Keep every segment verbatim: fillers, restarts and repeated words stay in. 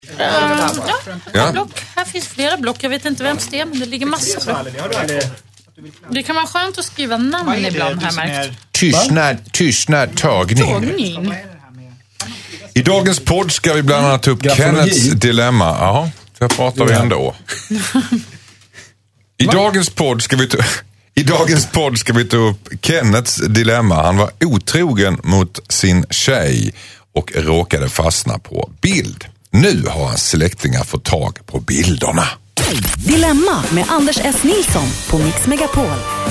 Uh, ja, ja. Block. Här finns flera block. Jag vet inte vems det är, men det ligger massor. Det kan vara skönt att skriva namn ibland här märkt. Tystnad, tystnad, tagning. tagning. I dagens podd ska vi bland annat ta upp Kenneths dilemma. Ja, så pratar vi ändå. I dagens podd ska vi ta... I dagens podd ska vi ta upp Kenneths dilemma. Han var otrogen mot sin tjej och råkade fastna på bild. Nu har hans släktingar fått tag på bilderna. Dilemma med Anders S. Nilsson på Mix Megapol.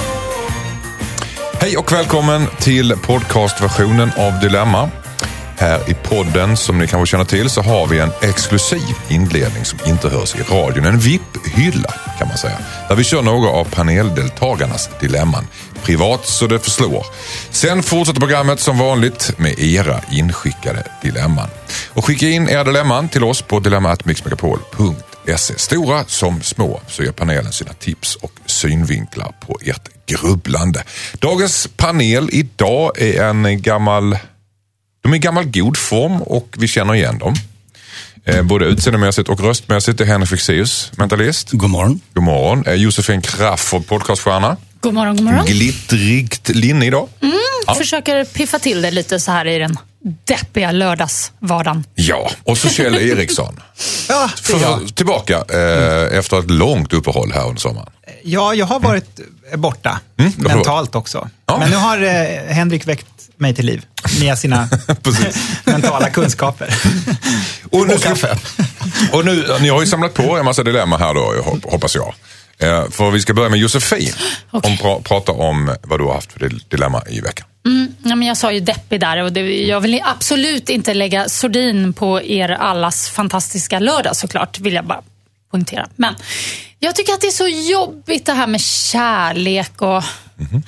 Hej och välkommen till podcastversionen av Dilemma. Här i podden, som ni kanske känner till, så har vi en exklusiv inledning som inte hörs i radion. En V I P-hylla kan man säga. Där vi kör några av paneldeltagarnas dilemman. Privat så det förslår. Sen fortsätter programmet som vanligt med era inskickade dilemman. Och skicka in era dilemman till oss på dilemma at mixmegapol punkt se. Stora som små så ger panelen sina tips och synvinklar på ert grubblande. Dagens panel idag är en gammal... De är i gammal god form och vi känner igen dem. Eh, både utseendemässigt och röstmässigt. Det är Henrik Fexeus, mentalist. God morgon. God morgon. Eh, Josefin Crafoord, podcaststjärna. God morgon, god morgon. Glittrigt linne idag. Mm, ja. Försöker piffa till det lite så här i den deppiga lördagsvardagen. Ja, och så Kjell Eriksson. Ja, det är jag. Tillbaka eh, mm. efter ett långt uppehåll här under sommaren. Ja, jag har varit mm. borta. Mm, mentalt också. Ja. Men nu har eh, Henrik väckt mig till liv med sina mentala kunskaper. Och, nu, och kaffe. Och nu, ni har ju samlat på en massa dilemma här då, hoppas jag. Eh, för vi ska börja med Josefin. Okay. Om pra, prata om vad du har haft för dilemma i veckan. Mm, ja, men jag sa ju deppig där och det, jag vill absolut inte lägga sordin på er allas fantastiska lördag, såklart, vill jag bara poängtera. Men jag tycker att det är så jobbigt det här med kärlek och... Mm-hmm.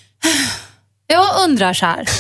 Jag undrar så här.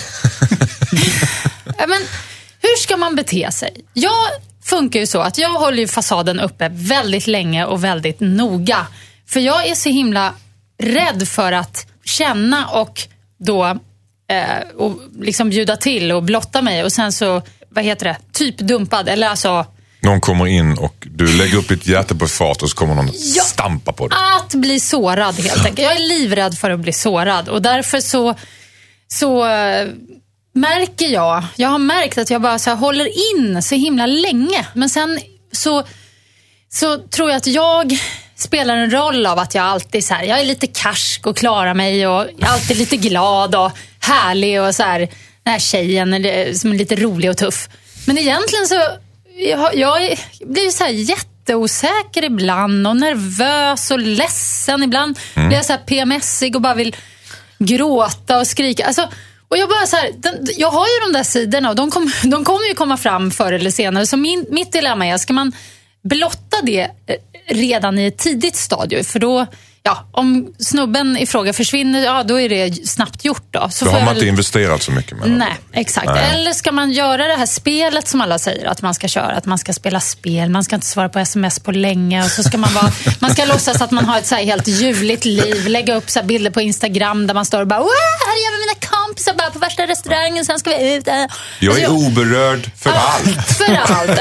Men hur ska man bete sig? Jag funkar ju så att jag håller ju fasaden uppe väldigt länge och väldigt noga. För jag är så himla rädd för att känna och då eh, och liksom bjuda till och blotta mig och sen så, vad heter det, typ dumpad eller alltså... Någon kommer in och du lägger upp ditt hjärta på fart och så kommer någon ja, stampa på det. Att bli sårad helt enkelt. Jag är livrädd för att bli sårad och därför så så äh, märker jag, jag har märkt att jag bara så här, håller in så himla länge. Men sen så, så tror jag att jag spelar en roll av att jag alltid så här, jag är lite karsk och klarar mig och jag är alltid lite glad och härlig och så här, den här tjejen som är lite rolig och tuff. Men egentligen så jag, jag blir så här jätteosäker ibland och nervös och ledsen. Ibland mm. blir jag så här P M S-ig och bara vill gråta och skrika. Alltså, och jag bara så här, den, jag har ju de där sidorna och de, kom, de kommer ju komma fram förr eller senare. Så min, mitt dilemma är, ska man blotta det redan i ett tidigt stadie? För då, ja, om snubben i fråga försvinner, ja, då är det snabbt gjort då. Så då har man väl... inte investerat så mycket med det. Nej, exakt. Nej. Eller ska man göra det här spelet som alla säger att man ska köra, att man ska spela spel, man ska inte svara på sms på länge och så ska man vara, man ska låtsas att man har ett så här helt ljuvligt liv, lägga upp så här bilder på Instagram där man står och bara, här är jag med mina kompisar bara på värsta restaurangen, sen ska vi ut. Jag är alltså, oberörd för ja, allt. För allt.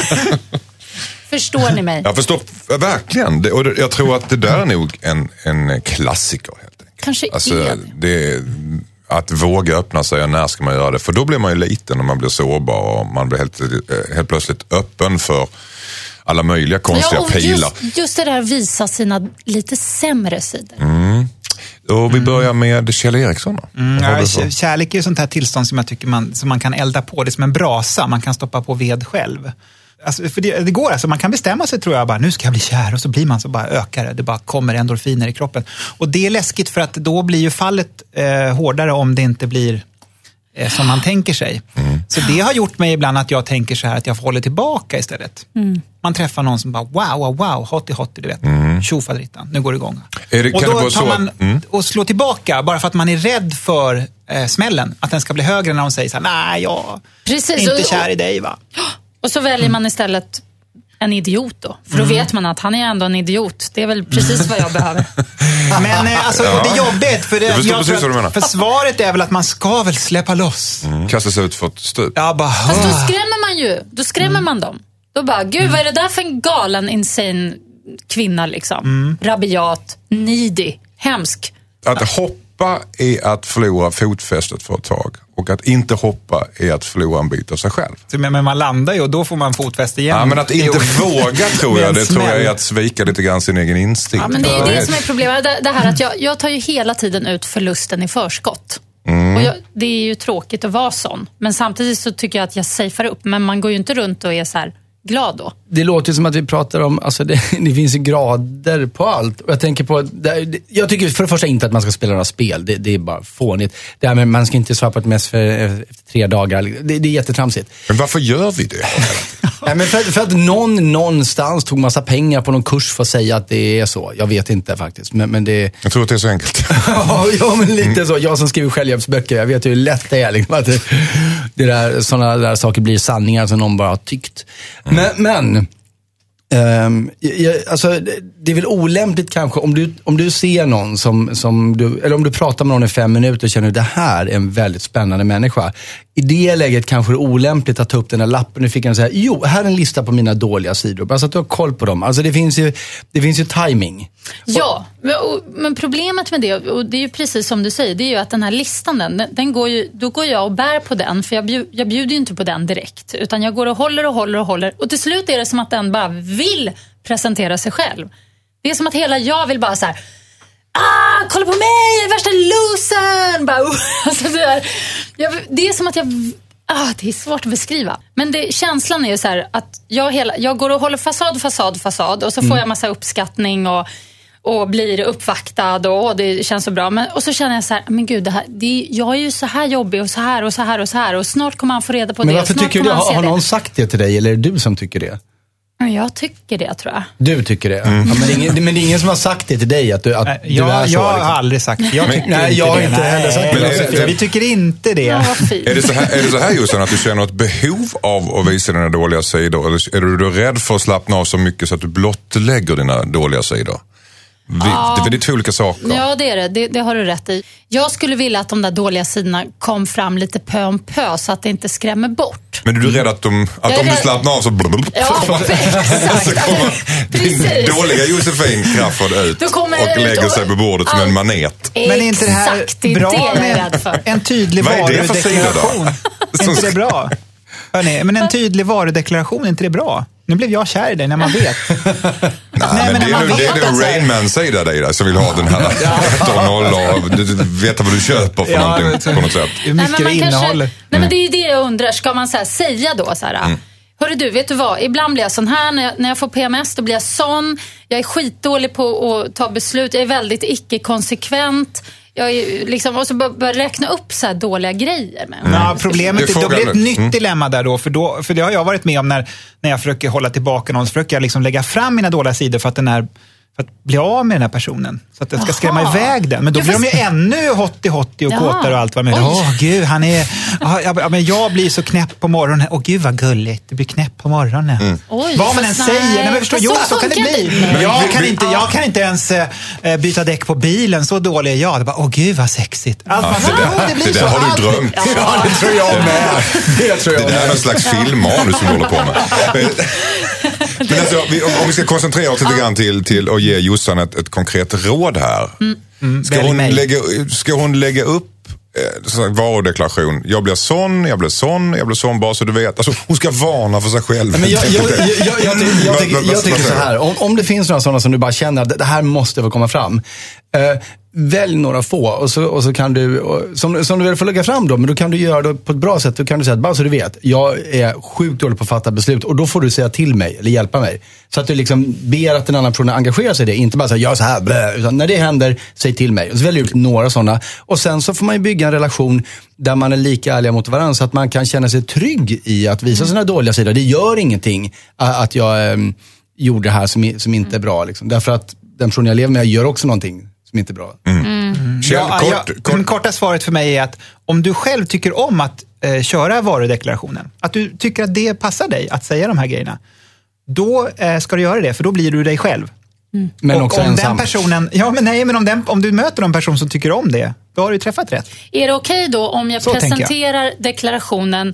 Förstår ni mig? Jag förstår verkligen. Det, och det, jag tror att det där är nog en, en klassiker helt enkelt. Kanske alltså, är det. Att våga öppna sig och när ska man göra det? För då blir man ju liten och man blir sårbar och man blir helt, helt plötsligt öppen för alla möjliga konstiga ja, pilar. Just, just det där visa sina lite sämre sidor. Mm. Och vi börjar med Kjell Eriksson då. Mm, ja, kärlek är ju sånt här tillstånd som jag tycker man, som man kan elda på. Det är som en brasa, man kan stoppa på ved själv. Alltså, för det, det går alltså, man kan bestämma sig tror jag bara, nu ska jag bli kär och så blir man så bara ökar det, det bara kommer endorfiner i kroppen. Och det är läskigt för att då blir ju fallet eh, hårdare om det inte blir eh, som man tänker sig. Mm. Så det har gjort mig ibland att jag tänker så här att jag håller tillbaka istället. Mm. Man träffar någon som bara, wow, wow, wow, hotti, hotti, du vet. Mm. Tjofadrittan, nu går det igång. Är det, och kan då det tar så? man Mm. och slår tillbaka bara för att man är rädd för eh, smällen. Att den ska bli högre när de säger så här, nej, jag Precis, är inte och, kär i dig va. Och så väljer man istället en idiot då. För då mm. vet man att han är ändå en idiot. Det är väl precis vad jag behöver. Men alltså, ja. det är jobbigt. För, det, jag jag precis vad du menar. För svaret är väl att man ska väl släppa loss. Mm. Kasta sig ut för ett stup. Ja, bara, fast då skrämmer man ju. Då skrämmer mm. man dem. Då bara, gud vad är det där för en galen, insane kvinna liksom. Mm. Rabiat, needy, hemsk. Att hoppa är att förlora fotfästet för ett tag. Och att inte hoppa är att förlora en bit av sig själv. Men man landar ju och då får man fotfäste igen. Ja, men att inte våga tror jag, det tror jag är att svika lite grann sin egen instinkt. Ja, men det är det som är problemet. Det, det här att jag, jag tar ju hela tiden ut förlusten i förskott. Mm. Och jag, det är ju tråkigt att vara sån. Men samtidigt så tycker jag att jag safear upp. Men man går ju inte runt och är så här glad då. Det låter som att vi pratar om, alltså det, det finns ju grader på allt. Och jag tänker på, det, jag tycker för det första inte att man ska spela några spel. Det, det är bara fånigt. Det här med man ska inte svara på ett mess för, efter tre dagar. Det, det är jättetramsigt. Men varför gör vi det? Nej, men för, för att någon någonstans tog massa pengar på någon kurs för att säga att det är så. Jag vet inte faktiskt. Men, men det... Jag tror att det är så enkelt. Ja, men lite mm. så. Jag som skriver självhjälpsböcker, jag vet hur lätt det är. Liksom, att det, det där, sådana där saker blir sanningar som någon bara har tyckt. Mm. Men... men Um, jag, alltså, det, det är väl olämpligt kanske om du, om du ser någon som, som du, eller om du pratar med någon i fem minuter och känner att det här är en väldigt spännande människa. I det läget kanske det är olämpligt att ta upp den här lappen och fick en säga, jo, här är en lista på mina dåliga sidor. Bara så att du har koll på dem. Alltså det finns ju, det finns ju timing. Ja, men, och, men problemet med det, och det är ju precis som du säger, det är ju att den här listan, den, den går ju, då går jag och bär på den, för jag, bjud, jag bjuder ju inte på den direkt. Utan jag går och håller och håller och håller. Och till slut är det som att den bara vill presentera sig själv. Det är som att hela jag vill bara så här, ah, kolla på mig, värsta losern. Bara, uh, alltså det, där. Jag, det är som att jag, ah, det är svårt att beskriva. Men det, känslan är ju så här att jag, hela, jag går och håller fasad, fasad, fasad. Och så får mm. jag massa uppskattning och, och blir uppvaktad och, och det känns så bra. Men, och så känner jag så här, men gud, det här, det, jag är ju så här jobbig och så här och så här och så här. Och snart kommer han få reda på men det. Men varför tycker du, har, har någon sagt det till dig eller är det du som tycker det? Jag tycker det, tror jag. Du tycker det? Mm. Ja, men, det är ingen, men det är ingen som har sagt det till dig att du, att nej, du jag, är så? Jag liksom. har aldrig sagt det. Jag tycker nej, inte jag har det. inte heller sagt nej, det. det. Vi tycker inte det. Ja, är, det så här, är det så här just att du känner ett behov av att visa dina dåliga sidor? Eller är du då rädd för att slappna av så mycket så att du blottlägger dina dåliga sidor? Vi, ja. Det är två olika saker. Ja, det är det. det. Det har du rätt i. Jag skulle vilja att de där dåliga sidorna kom fram lite pö om pö så att det inte skrämmer bort. Men är du rädd att, de, att om du slappnar av så... Ja, exakt. Så kommer din dåliga Josefin Crafoord ut kommer, och lägger då, sig på bordet som en manet. Men är inte det här det bra det med en tydlig varudeklaration? Är inte det bra? Hörrni, men en tydlig varudeklaration, är inte det bra? Nu blev jag kär i dig när man vet. Nej, Nej, men, men det är, det är det Rain Man-sida dig där som vill ha den här ett och noll och veta vad du köper för ja, någonting på något sätt. Hur mycket nej, det innehåller. Kanske, nej, men det är det jag undrar. Ska man så här, säga då så här... Mm. Hörru du, vet du vad? Ibland blir jag sån här. När jag, när jag får P M S då blir jag sån. Jag är skitdålig på att ta beslut. Jag är väldigt icke-konsekvent. Jag är liksom, och så börjar räkna upp så här dåliga grejer med. Mm. Ja, problemet är, då blir det ett nytt mm. dilemma där då, för, då. för det har jag varit med om när, när jag försöker hålla tillbaka någon, så försöker jag liksom lägga fram mina dåliga sidor för att den är för att bli av med den här personen. Så att jag ska skrämma Aha. iväg den. Men då blir de ju ännu hotti-hotti och kåtar och allt vad med. Åh oh, gud, han är... Ah, ja, men jag blir så knäpp på morgonen. Åh oh, gud vad gulligt, det blir knäpp på morgonen. Mm. Oj, vad man än säger. Nej, men förstår, jo, så, så kan det bli. Men jag, kan inte, jag kan inte ens äh, byta däck på bilen. Så dålig är jag. Det bara, åh oh, gud vad sexigt. Allt, ja, det, där, det, blir det där så har allt. Du drömt. Ja, ja, det tror jag med. Det, tror jag det där är en slags filmmanus som du håller på med. Men alltså, om vi ska koncentrera oss lite grann till, till att ge Jossan ett, ett konkret råd här. Mm. Mm, ska, hon lägga, ska hon lägga upp eh, varudeklaration? Jag blir sån, jag blir sån, jag blir sån bara så du vet. Alltså, hon ska varna för sig själv. Men jag, jag, jag, jag, jag, jag, jag, tycker, jag tycker så här. Om, om det finns några sådana som du bara känner att det här måste få komma fram. Eh, välj några få och så, och så kan du och, som, som du vill få lägga fram då, men då kan du göra det på ett bra sätt. Då kan du säga att bara så du vet, jag är sjukt dålig på att fatta beslut och då får du säga till mig eller hjälpa mig. Så att du liksom ber att den andra personen engagerar sig i det, inte bara säga jag så här blä, utan när det händer, säg till mig. Och så väljer du några sådana och sen så får man ju bygga en relation där man är lika ärliga mot varandra så att man kan känna sig trygg i att visa sina dåliga sidor. Det gör ingenting att jag ähm, gjorde det här som, som inte är bra liksom. Därför att den personen jag lever med gör också någonting som inte är bra. Mm. Mm. Ja, kort, ja, kort. Korta svaret för mig är att om du själv tycker om att eh, köra varudeklarationen, att du tycker att det passar dig att säga de här grejerna, då eh, ska du göra det, för då blir du dig själv. Mm. Men och också om ensam. Den personen, ja, men nej, men om, den, om du möter en person som tycker om det, då har du träffat rätt. Är det okej då om jag Så presenterar jag. deklarationen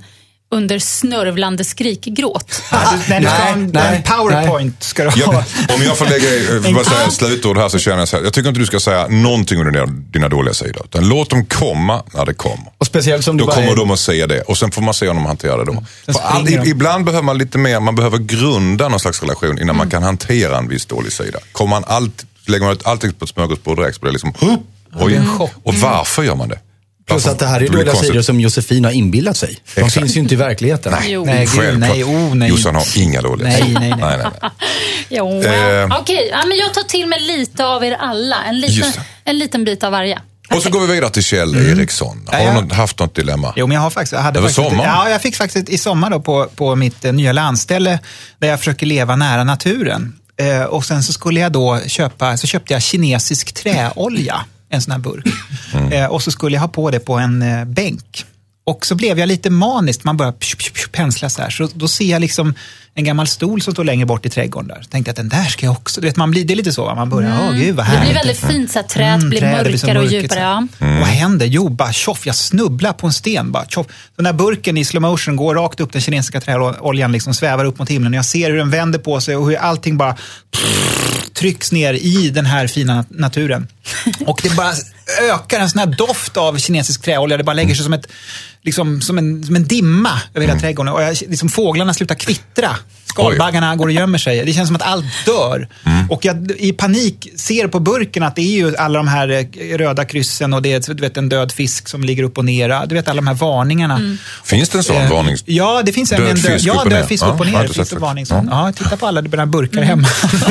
under snörvlande skrikgråt. Nej, du, nej, du ska ha en, nej, en powerpoint ska du ha. Ja, om jag får lägga vad säga, slutord här så känner jag så här. Jag tycker inte du ska säga någonting under dina, dina dåliga sidor. Utan låt dem komma när det kommer. Och speciellt som då du kommer är... de att säga det. Och sen får man se om de hanterar det då. För all, de. ibland behöver man lite mer, man behöver grunda någon slags relation innan mm. man kan hantera en viss dålig sida. Kommer man alltid, lägger man alltid på ett smörgåsbord direkt så blir det liksom, oj, mm. och varför gör man det? Plus att det här är dåliga sidor som Josefin har inbillat sig. De Exakt. finns ju inte i verkligheten. Nej, nej, gud, nej, oh, nej. Jossan har inga dåliga nej, sidor. nej, nej. nej, nej, nej. Jo, Eh. okej. Okay. Ja, men jag tar till mig lite av er alla. En liten, en liten bit av varje. Och så går vi vidare till Kjell mm. Eriksson. Har ja, du haft något dilemma? Jo, men jag har faktiskt... Jag hade Över faktiskt sommar? Ja, jag fick faktiskt i sommar då på, på mitt eh, nya landställe där jag försöker leva nära naturen. Eh, och sen så skulle jag då köpa... Så köpte jag kinesisk träolja, en sån här burk. Mm. Eh, och så skulle jag ha på det på en eh, bänk. Och så blev jag lite maniskt. Man börjar psh, psh, psh, pensla så här. Så då ser jag liksom en gammal stol som står längre bort i trädgården där. Så tänkte jag att den där ska jag också... Du vet, man blir, det är lite så. Va? Man börjar, åh mm. gud vad härligt. Det blir väldigt fint så att träet mm, blir träd, mörkare och djupare. Ja. Mm. Vad händer? Jo, bara tjoff, jag snubblar på en sten. Bara, tjoff. Den där burken i slow motion går rakt upp, den kinesiska träoljan liksom svävar upp mot himlen. Och jag ser hur den vänder på sig och hur allting bara pff, trycks ner i den här fina naturen. Och det bara ökar en sån här doft av kinesisk träolja. Det bara lägger sig som ett liksom, som, en, som en dimma över hela mm. trädgården. Och jag, liksom, fåglarna slutar kvittra. Skalbaggarna går och gömmer sig. Det känns som att allt dör. Mm. Och jag i panik ser på burken att det är ju alla de här röda kryssen och det är du vet, en död fisk som ligger upp och ner. Du vet alla de här varningarna. Mm. Finns det en sån eh, varning? Ja, det finns en död en död, fisk ja, upp och ner. Död fisk upp och ner. Ja, finns det varning. Ja. Ja, titta på alla de här burkar hemma.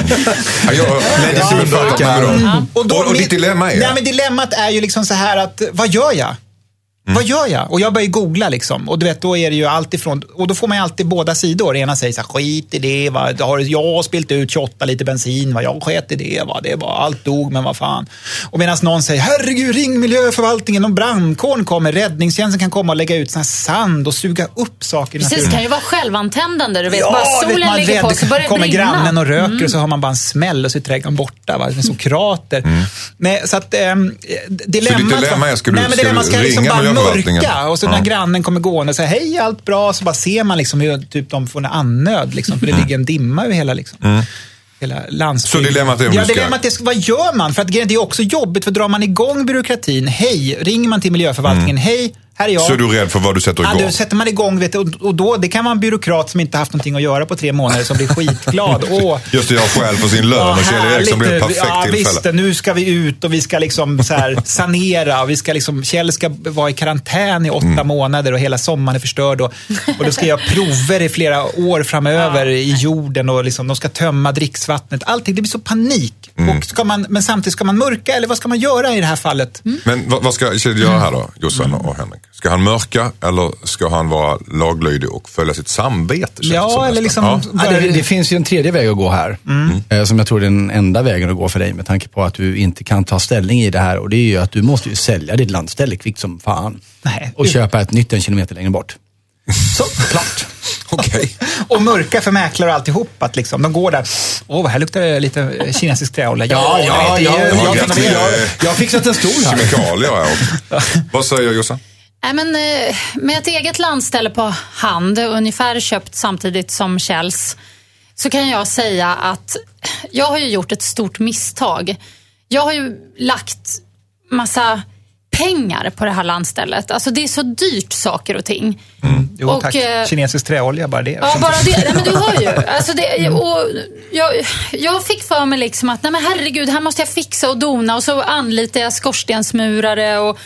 ja, jag, medicinburkar. Mm. Och, och, och ditt dilemma är? Nej, men dilemmat är ju liksom så här att, vad gör jag? Mm. Vad gör jag? Och jag börjar googla liksom. Och du vet, då är det ju allt ifrån... Och då får man ju alltid båda sidor. Ena säger så här, skit i det, va? Har jag spilt ut tjugoåtta liter bensin, va? Jag sket i det, va? Det var allt dog, men vad fan. Och medan någon säger, herregud, ring miljöförvaltningen, om brandkåren kommer, räddningstjänsten kan komma och lägga ut sån här sand och suga upp saker. Precis, det kan ju vara självantändande. Du vet, ja, bara solen vet, ligger på så börjar det kommer brinna. grannen och röker mm. och så har man bara en smäll och så är trädgården borta, va? Som krater. Mm. Nej, så att... Ähm, dilemma, så ditt dilemma är, ska du, nej, men dilemma ska, ska liksom ringa mörka och så när ja. grannen kommer gående och säger hej, allt bra, så bara ser man liksom hur typ, de får en annöd liksom, för det mm. ligger en dimma över hela liksom. Mm. Hela landsbygden. Så dilemmat är ja, dilemmat är, vad gör man? För att det är också jobbigt, för drar man igång byråkratin, hej, ringer man till miljöförvaltningen, mm. hej, här är jag. Så är du rädd för vad du sätter igång? Ja, då sätter man igång, vet du, och då, det kan vara en byråkrat som inte haft någonting att göra på tre månader som blir skitglad. Åh, just det, jag själv på sin lön ja, och Kjell Eriksson blir ett perfekt ja, tillfälle. Visst, nu ska vi ut och vi ska liksom så här sanera och vi ska liksom, Kjell ska vara i karantän i åtta mm. månader och hela sommaren är förstörd och, och då ska jag prover i flera år framöver ja. i jorden och liksom, de ska tömma dricksvattnet. Allting, det blir så panik. Mm. Och ska man, men samtidigt ska man mörka, eller vad ska man göra i det här fallet? Mm. Men vad, vad ska Kjell göra här då, Jossan mm. och Henrik? Ska han mörka eller ska han vara laglydig och följa sitt samvete? Ja, eller liksom... Ja. Ja, det, det finns ju en tredje väg att gå här. Mm. Eh, som jag tror är den enda vägen att gå för dig med tanke på att du inte kan ta ställning i det här. Och det är ju att du måste ju sälja ditt landställe kvickt som fan. Nej. Och köpa ett nytt en kilometer längre bort. Så, klart. Okej. Okay. Och mörka för mäklare och alltihop. Att liksom, de går där. Åh, vad här luktar det lite kinesisk träolja. Ja, ja, ja. Jag, jag, jag, jag, jag har fixat en stol här. Kemikalier här också. Vad säger Jossan? Nej, men med ett eget landställe på hand, ungefär köpt samtidigt som Kjells, så kan jag säga att jag har ju gjort ett stort misstag. Jag har ju lagt massa pengar på det här landstället. Alltså det är så dyrt saker och ting. Mm. Jo, och, tack. Kinesisk träolja, bara det. Ja, bara det. Nej, men du hör ju. Alltså det, och jag, jag fick för mig liksom att nej men herregud, här måste jag fixa och dona. Och så anlitar jag skorstensmurare och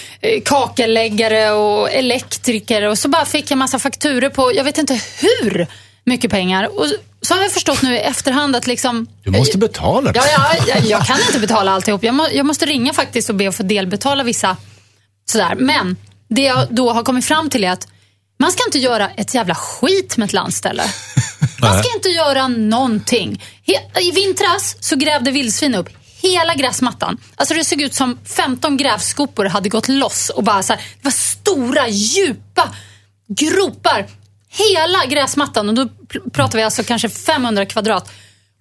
kakelläggare och elektriker. Och så bara fick jag massa fakturer på, jag vet inte hur mycket pengar. Och så har jag förstått nu i efterhand att liksom... Du måste betala det. Ja, ja, jag, jag kan inte betala alltihop. Jag, må, jag måste ringa faktiskt och be att få delbetala vissa sådär. Men det jag då har kommit fram till är att man ska inte göra ett jävla skit med ett landställe. Man ska inte göra någonting. He- I vintras så grävde vildsvin upp hela gräsmattan. Alltså det såg ut som femton grävskopor hade gått loss och bara så här, det var stora, djupa gropar. Hela gräsmattan, och då pratar vi alltså kanske femhundra kvadrat.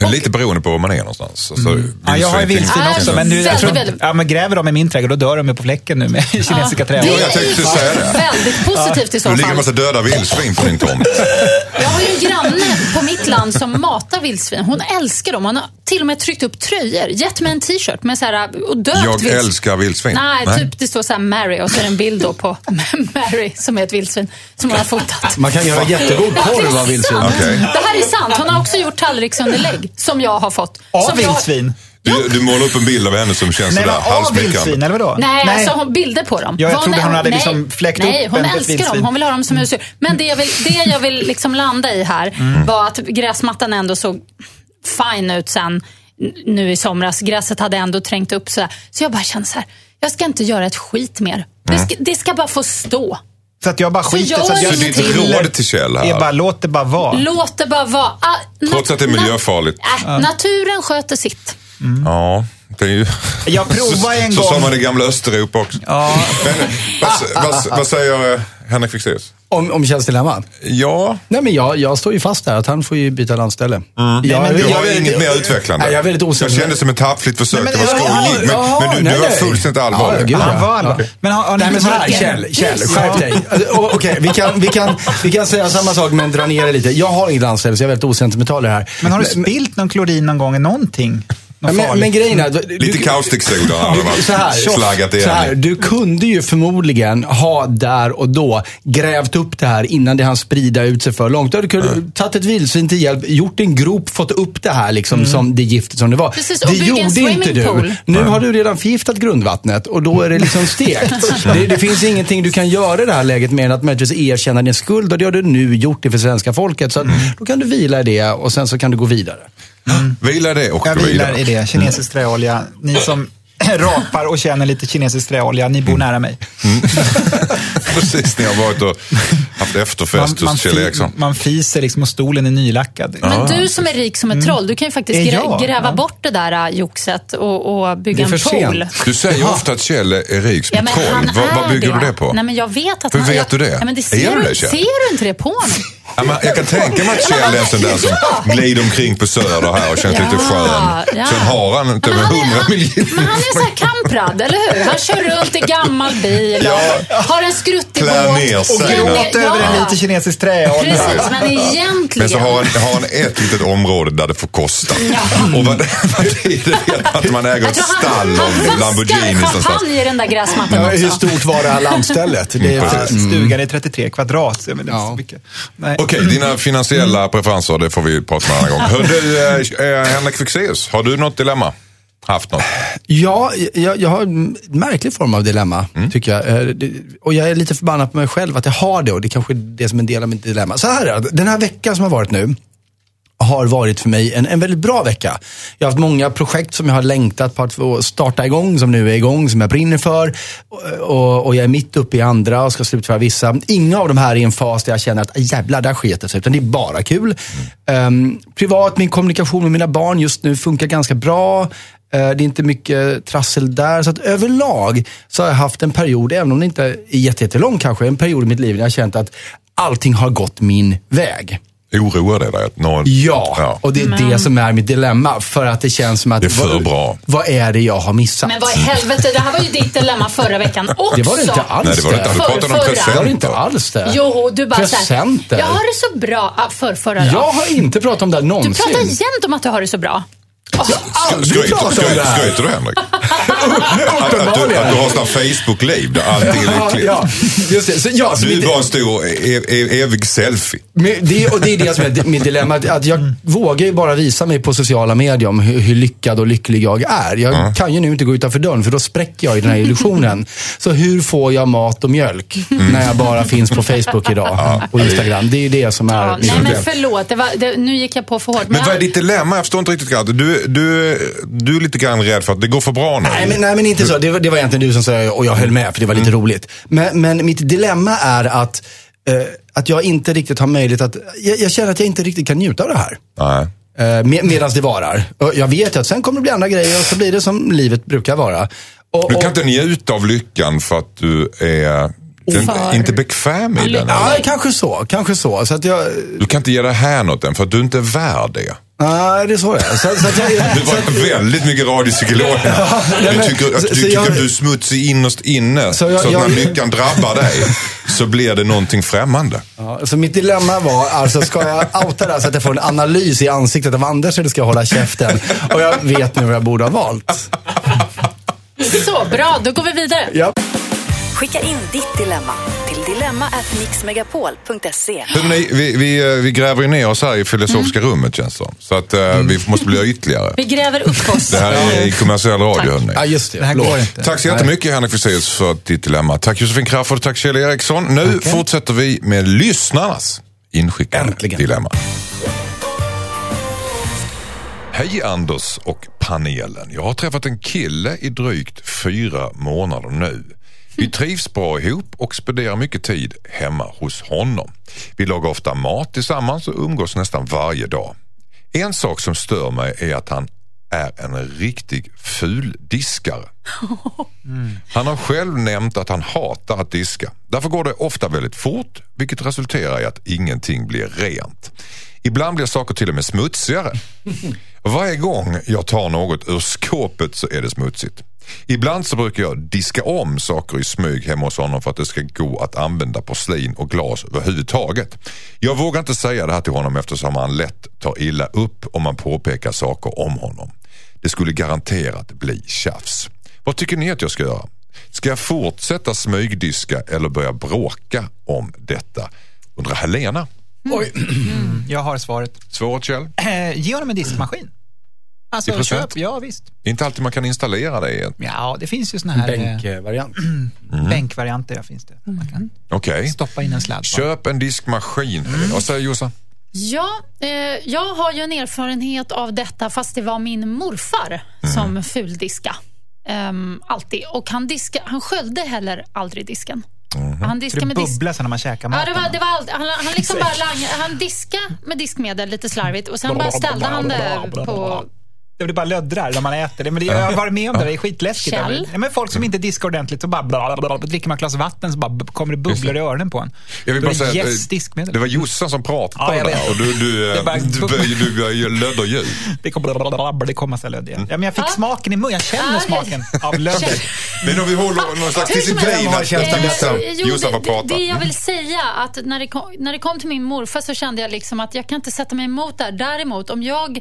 Lite beroende på var man är någonstans. Alltså, Mm. Ja, jag har ju vildsvin finns- också, men nu, jag Väldigt, tror, väldigt- ja, men gräver de i min trädgård, då dör de ju på fläcken nu med kinesiska träd. Det Ja, jag tänkte är säga det. väldigt positivt i så Det ligger en fall. massa döda vildsvin på din tomt. Jag har ju en granne på mitt land som matar vildsvin. Hon älskar dem. Hon har till och med tryckt upp tröjor. Gett mig en t-shirt med så här, och döpt Jag vildsvin. älskar vildsvin. Nej, typ det står så här Mary och så är det en bild då på Mary som är ett vildsvin som hon har fotat. Man kan göra jättegod Ja, det är korv av vildsvin. sant. Okej. Det här är sant. Hon har också gjort tallriksunderlägg som jag har fått. Av som jag- vildsvin? Du, du målar upp en bild av henne som känns Nej, sådär men av vildsvin, halsmyckande. eller vadå? Nej, alltså hon bilder på dem. Ja, jag Vad- trodde hon hade nej, liksom fläckt nej, upp hon en- ett älskar vildsvin. dem. Hon vill ha dem som husdjur. Men det jag vill, det jag vill liksom landa i här Mm. var att gräsmattan ändå såg fine ut sen n- nu i somras. Gräset hade ändå trängt upp så här. Så jag bara kände så här, jag ska inte göra ett skit mer. Det ska, det ska bara få stå. Så att jag bara Så skiter. gör Så att jag Så ditt råd till Kjell är bara, här, låt det bara vara. Låt det bara vara. Ah, trots nat- att det är miljöfarligt. Äh, naturen sköter sitt. Ja, det är ju... Jag provade en så, gång. Så sa man i gamla Östeuropa också. Ja. Men, vad, vad, vad säger eh, Henrik Fexeus? Om, om Kjells dilemma? Ja, Nej, men jag, jag står ju fast där att han får ju byta landställe. Mm. Jag, du har jag- inget mer utvecklande. Nej, jag är väldigt osäker. Jag kände som ett tappligt försök. Nej, Det men- var ja, skojigt, men, ja, men du, nej, du var nej. fullständigt allvarlig. Ja, gud, Han var allvar. Okej. Men har, har ni Nej, men så här, Vilken- Kjell, Kjell, skärp dig. Alltså, o- Okej, vi, kan, vi, kan, vi kan säga samma sak men dra ner det lite. Jag har inget landställe så jag är väldigt osentimental i det här. Men har du spilt någon klorin någon gång i någonting? Ja, Någon men, farligt? men grejen är... Du, Lite kaustiksoda hade varit så här, slaggat så här, igen. du kunde ju förmodligen ha där och då grävt upp det här innan det hann sprida ut sig för långt. Du hade kunnat tagit ett vildsvin till hjälp, gjort en grop, fått upp det här liksom som det giftet som det var. Precis, och det bygga en gjorde inte swimmingpool. du. Nu har du redan förgiftat grundvattnet och då är det liksom stekt. det, det finns ingenting du kan göra i det här läget mer än att möjligtvis erkänna din skuld och det har du nu gjort det för svenska folket. Så att, då kan du vila i det och sen så kan du gå vidare. Vila det och Jag gå vilar vidare. i det. Kinesisk träolja. Ni som rapar och känner lite kinesisk träolja, ni bor nära mig. Precis, ni har varit och haft efterfest hos Kjell fi- Eriksson. man fiser liksom och stolen är nylackad. Men du som är rik som ett troll, du kan ju faktiskt Är grä- jag? gräva Ja. bort det där äh, joxet och, och bygga Det är en för pool. sent. Du säger ju ofta att Kjell är rik som Ja, ett men troll. han Vad, är vad bygger det. du det på? Nej, men jag vet att Hur han, vet jag, du det? Ja, men det Är ser, du du, det, Kjell? ser du inte det på mig? Ja, men jag kan tänka mig att Kjell är en sån där som glider omkring på Söder här och känns Ja, lite skön. ja. Sen har han inte Men över han är- hundra miljoner. Men han är så här kamprad, eller hur? Han kör runt i gammal bil och har en skruttig Klär båt. ner sig. Och Klär ner- gråt över en lite kinesisk träolja. Precis, men Men egentligen... så har han, har han ett litet område där det får kosta. Och vad, vad det är, det vet att man äger Jag ett tror han, stall han av Lamborghinis vaskar någonstans. champagne i den där gräsmattan Ja, hur också. stort var det här landstället? Det är, Precis. Stugan är trettiotre kvadrat. Så, men det är Ja. så mycket. Nej. Okej, dina finansiella preferenser, det får vi prata med en annan gång. Hör du, eh, Henrik Fexeus, har du något dilemma? Haft något? Ja, jag, jag har en märklig form av dilemma, tycker jag. Eh, det- Och jag är lite förbannad på mig själv att jag har det och det kanske är det som är en del av mitt dilemma. Så här är det, den här veckan som har varit nu har varit för mig en, en väldigt bra vecka. Jag har haft många projekt som jag har längtat på att få starta igång, som nu är igång, som jag brinner för. Och, och, och jag är mitt uppe i andra och ska slutföra vissa. Inga av de här är i en fas där jag känner att jävlar, där sket det sig, utan det är bara kul. Um, privat, min kommunikation med mina barn just nu funkar ganska bra. Uh, det är inte mycket trassel där. Så att överlag så har jag haft en period, även om det inte är jättelång kanske, en period i mitt liv när jag har känt att allting har gått min väg. Oroar det dig? Att någon... Ja, Ja. och det är Men- det som är mitt dilemma. För att det känns som att... Det är för vad, bra. Vad är det jag har missat? Men vad i helvete, det här var ju ditt dilemma förra veckan också. Det var det inte alls. Nej, det var det inte. Du Förr- pratade om förra. Det var det inte presenter. alls det. Jo, du bara såhär, Presenter. jag har det så bra. Ah, för förra då. Jag har inte pratat om det här Du någonsin. pratar jämt om att du har det så bra. Oh, aldrig Skryter pratat om det skryter- här. skryter du, Henrik? Att, att, du, att du har sån Facebook-liv där allt är Ja, lyckligt. ja, just det. Så, ja, så Du är mitt- bara en stor e- e- evig selfie. Men det, och det är det som är mitt dilemma. Att att jag vågar ju bara visa mig på sociala medier om hur, hur lyckad och lycklig jag är. Jag Ja. kan ju nu inte gå utanför dörren för då spräcker jag i den här illusionen. Så hur får jag mat och mjölk när jag bara finns på Facebook idag och Instagram? Det är det som är ja, mitt nej men problem. förlåt, det var, det, nu gick jag på för hårt. Men vad är jag- ditt dilemma? Jag förstår inte riktigt. Grann. Du, du, du är lite grann rädd för att det går för bra nu. Nej men, nej men inte så, det var, det var egentligen du som sa och jag höll med för det var lite roligt. Men, men mitt dilemma är att, eh, att jag inte riktigt har möjlighet att, jag, jag känner att jag inte riktigt kan njuta av det här. Nej. Eh, med, medan det varar. Och jag vet att sen kommer det bli andra grejer och så blir det som livet brukar vara. Och, Du kan och, inte njuta av lyckan för att du är den, För- inte bekväm i den. ja, eller? kanske så, kanske så. så att jag, Du kan inte ge dig här något än för att du inte är värd det. Ja, det är så det är. Så, så att jag, Du var väldigt mycket radiopsykolog. Ja, du men, tycker att så, du, så tycker jag, att du är smutsig innerst inne. Så, så, jag, så att jag, när lyckan drabbar dig så blir det någonting främmande. Ja, så mitt dilemma var, alltså ska jag outa det så att jag får en analys i ansiktet av Anders eller ska jag hålla käften? Och jag vet nu vad jag borde ha valt. Så bra, då går vi vidare. Ja. Skicka in ditt dilemma till dilemma at mixmegapol punkt se. Ni, vi, vi, vi gräver ner oss här i filosofiska mm. rummet, känns det. Så att uh, mm. vi måste bli ytterligare. Vi gräver upp oss. Det här är i kommersiell radio, hörni. Ja, just det. Det här går inte. Tack så jättemycket, Henrik Fexeus, för ditt dilemma. Tack Josefin Crafoord, tack Kjell Eriksson. Nu okay. fortsätter vi med lyssnarnas inskickade Äntligen. dilemma. Hej Anders och panelen. Jag har träffat en kille i drygt fyra månader nu. Vi trivs bra ihop och spenderar mycket tid hemma hos honom. Vi lagar ofta mat tillsammans och umgås nästan varje dag. En sak som stör mig är att han är en riktig fuldiskare. Mm. Han har själv nämnt att han hatar att diska. Därför går det ofta väldigt fort, vilket resulterar i att ingenting blir rent. Ibland blir saker till och med smutsigare. Varje gång jag tar något ur skåpet så är det smutsigt. Ibland så brukar jag diska om saker i smyg hemma hos honom för att det ska gå att använda porslin och glas överhuvudtaget. Jag vågar inte säga det här till honom eftersom han lätt tar illa upp om man påpekar saker om honom. Det skulle garanterat bli tjafs. Vad tycker ni att jag ska göra? Ska jag fortsätta smygdiska eller börja bråka om detta? Undrar Helena. Mm. Oj. Mm. Jag har svaret. Svårt, Kjell? Eh, ge honom en diskmaskin. Alltså köp, ja visst. Inte alltid man kan installera det igen. Ja, det finns ju såna här bänkvariant. Mm. Bänkvarianter, ja, finns det. Man kan okay. stoppa in en sladd. Köp en diskmaskin. Mm. Vad säger Jossan? Ja, eh, jag har ju en erfarenhet av detta fast det var min morfar mm. som fuldiska. Um, alltid. Och han, diska, han sköljde heller aldrig disken. Mm. Han diskade det med disk... bubblar sen när man käkar maten. Ja, det var, det var allt. Han, han liksom bara lang... han diskade med diskmedel lite slarvigt och sen bara ställde han det på... Det blir bara löddrar när man äter det. Men det, jag har varit med om det, det är skitläskigt. Ja, men folk som inte diskar ordentligt så bara bla, bla, bla, dricker man ett glas vatten så bara kommer det bubblor i öronen på en. Jag vill bara säga yes, diskmedel. Det var Jossan som pratade ja, där och du, du, bara, du, du, du börjar lödderljud. Det kommer det kommer massa lödd igen. Ja, men jag fick ja. smaken i mun. Jag känner smaken av lödder. Men om vi håller någon slags disciplin här. Jossan var prata. Det jag vill säga att när det, kom, när det kom till min morfar så kände jag liksom att jag kan inte sätta mig emot där. Däremot om jag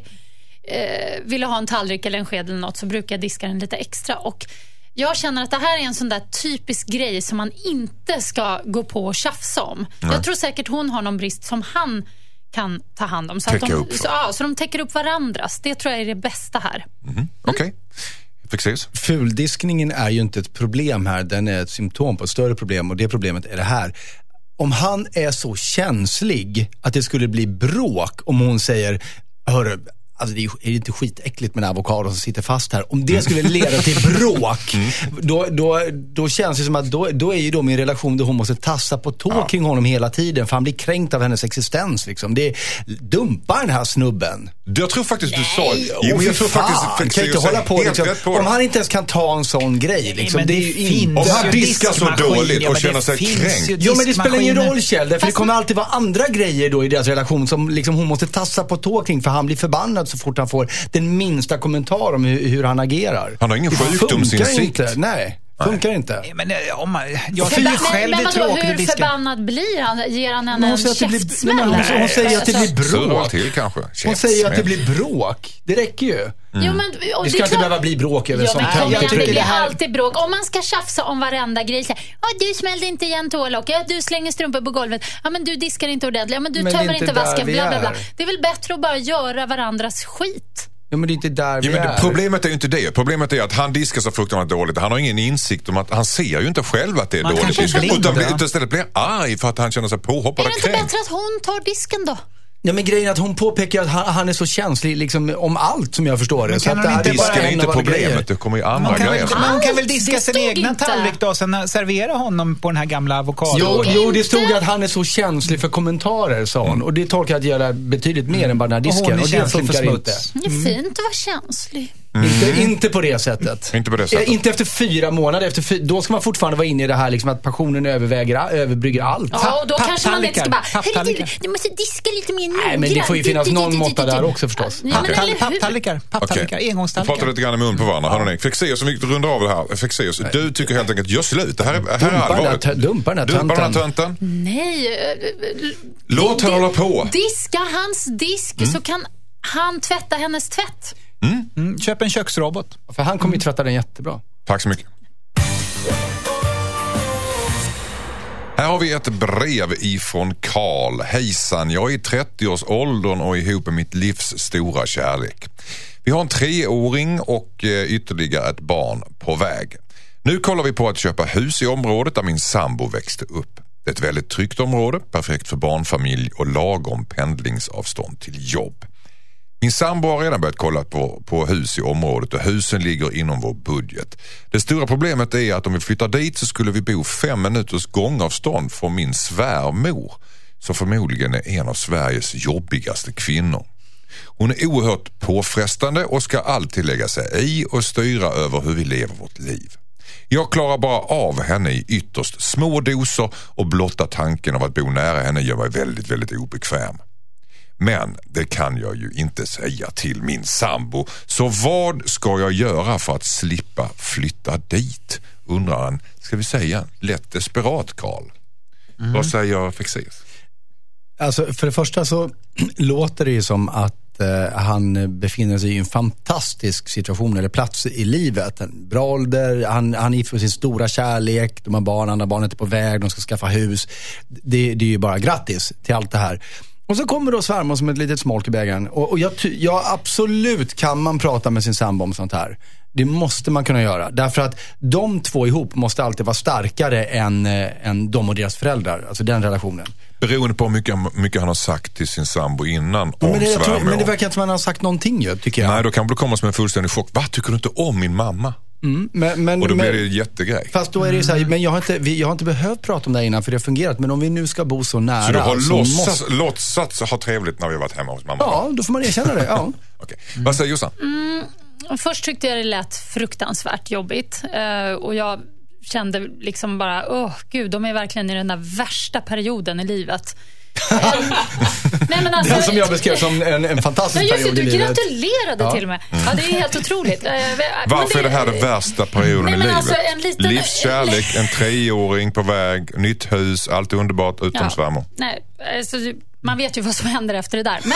Eh, ville ha en tallrik eller en sked eller något så brukar jag diska den lite extra och jag känner att det här är en sån där typisk grej som man inte ska gå på och tjafsa om. Mm. Jag tror säkert hon har någon brist som han kan ta hand om så, att de, så, ja, så de täcker upp varandras. Det tror jag är det bästa här. Mm. Mm. Okej. Okay. Fuldiskningen är ju inte ett problem här, den är ett symptom på ett större problem och det problemet är det här. Om han är så känslig att det skulle bli bråk om hon säger, hörru, alltså det är inte skitäckligt med en avokado som sitter fast här. Om det skulle leda till bråk, mm. då, då, då känns det som att då, då är ju då min relation där hon måste tassa på tå ja. kring honom hela tiden. För han blir kränkt av hennes existens. Liksom. Det är, dumpa den här snubben. Jag tror faktiskt Nej, du sa... Jo, men jag tror fan, faktiskt... Kan inte hålla på, liksom, på om han inte ens kan ta en sån grej. Liksom, Nej, det, det är ju finns om han diskar så dåligt och känner sig kränkt. Jo, men det spelar ingen roll, Kjell. För det kommer alltid vara andra grejer då i deras relation som liksom, hon måste tassa på tå kring. För han blir förbannad så fort han får den minsta kommentar om hur, hur han agerar. Han har ingen sjukdomsinsikt. Nej. Funkar inte. Men om man, jag tycker ju själv det är tråkigt att diska. Hur förbannad blir han? Ger han en, en käftsmäll? Hon, hon, hon säger att det blir bråk. Till, kanske. Hon säger att det blir bråk. Det räcker ju. Mm. Jo, men, det ska det inte behöva bli bråk över ja, sånt här. Jag det blir alltid bråk. Om man ska tjafsa om varenda grej. Så, du smällde inte igen tålock. Ja, du slänger strumpor på golvet. Ja, men du diskar inte ordentligt. Ja, men du men tömmer inte, inte vasken. Bla, bla, bla. Det är väl bättre att bara göra varandras skit. Ja, men det är inte där vi ja, men är. Problemet är ju inte det. Problemet är att han diskar så fruktansvärt dåligt. Han har ingen insikt om att han ser ju inte själv att det är man dåligt diskat. Utan blir, istället blir arg för att han känner sig påhoppad. Är det inte kränkt. Bättre att hon tar disken då? Ja, men grejen är att hon påpekar att han, han är så känslig liksom, om allt som jag förstår det. Men så att det här disken är inte problemet, grejer. Det kommer ju andra man grejer. Väl, man kan väl diska sin egna tallrik då och sen servera honom på den här gamla avokadon. Jo, jo, det stod att han är så känslig för kommentarer, sa hon. Mm. Och det tolkar att göra betydligt mer än bara den här disken. Och, och det funkar inte. Det är fint att vara känslig. Mm. Inte, inte på det sättet. Inte på det sättet. Inte efter fyra månader. Efter fyra, då ska man fortfarande vara inne i det här liksom, att passionen överväger, överbrygger allt. Ja, och då kanske man inte ska bara, herregud, du måste diska lite mer noggrant. Nej, men det får ju finnas någon måtta där också förstås. Ja, okay. Papptallrikar, papptallrikar, okay. engångstallrikar. Vi pratar lite grann i mun på varandra. Hörrni, Fexeus, som vi rundar av det här. Fexeus, du tycker helt enkelt, gör slut. Det här är, här är allvarligt. Dumpa den här tönten. Dumpa den här tönten. Nej. Låt henne hålla på. Diska hans disk mm. så kan han tvätta hennes tvätt. Mm. Mm. Köp en köksrobot. För han kommer ju tvätta den jättebra. Tack så mycket. Här har vi ett brev ifrån Karl. Hejsan, jag är i trettio-årsåldern och ihop med mitt livs stora kärlek. Vi har en treåring och ytterligare ett barn på väg. Nu kollar vi på att köpa hus i området där min sambo växte upp. Det är ett väldigt tryggt område, perfekt för barnfamilj och lagom pendlingsavstånd till jobb. Min sambo har redan börjat kolla på, på hus i området och husen ligger inom vår budget. Det stora problemet är att om vi flyttar dit så skulle vi bo fem minuters gångavstånd från min svärmor, som förmodligen är en av Sveriges jobbigaste kvinnor. Hon är oerhört påfrestande och ska alltid lägga sig i och styra över hur vi lever vårt liv. Jag klarar bara av henne i ytterst små doser och blotta tanken av att bo nära henne gör mig väldigt, väldigt obekväm. Men det kan jag ju inte säga till min sambo. Så vad ska jag göra för att slippa flytta dit? Undrar han, ska vi säga, lätt desperat Karl. Mm. Vad säger Fexeus? Alltså för det första så låter det ju som att eh, han befinner sig i en fantastisk situation eller plats i livet. En bra ålder, han, han är för sin stora kärlek, de har barn, andra barnet är på väg, de ska skaffa hus. Det, det är ju bara grattis till allt det här. Och så kommer då svärmor som ett litet smolk i bägaren. Och, och jag, ja, absolut kan man prata med sin sambo om sånt här. Det måste man kunna göra. Därför att de två ihop måste alltid vara starkare än, än de och deras föräldrar. Alltså den relationen. Beroende på hur mycket, mycket han har sagt till sin sambo innan om men, det, tror, men det verkar inte som att han har sagt någonting ju, tycker jag. Nej, då kan du komma som en fullständig chock. Vad tycker du inte om min mamma? Mm, men, men, och då blir men, det en jättegrej. Fast då är det ju så här, men jag har, inte, vi, jag har inte behövt prata om det här innan för det har fungerat. Men om vi nu ska bo så nära. Så du har så låtsats, måste... låtsats ha trevligt när vi har varit hemma hos mamma? Ja, då får man erkänna det, ja. Okay. Mm. Vad säger Jossan? Mm, först tyckte jag det lät fruktansvärt jobbigt. Uh, och jag kände liksom bara, åh oh, gud, de är verkligen i den där värsta perioden i livet. Nej, men alltså, den som jag beskrev som en, en fantastisk ja, period du i livet. Du gratulerade ja. till och med. Ja, det är helt otroligt. Varför det, är det här den värsta perioden nej, i livet? Alltså, en liten, livskärlek, en treåring på väg, nytt hus, allt är underbart utom ja. svärmor. Nej, alltså, man vet ju vad som händer efter det där. Men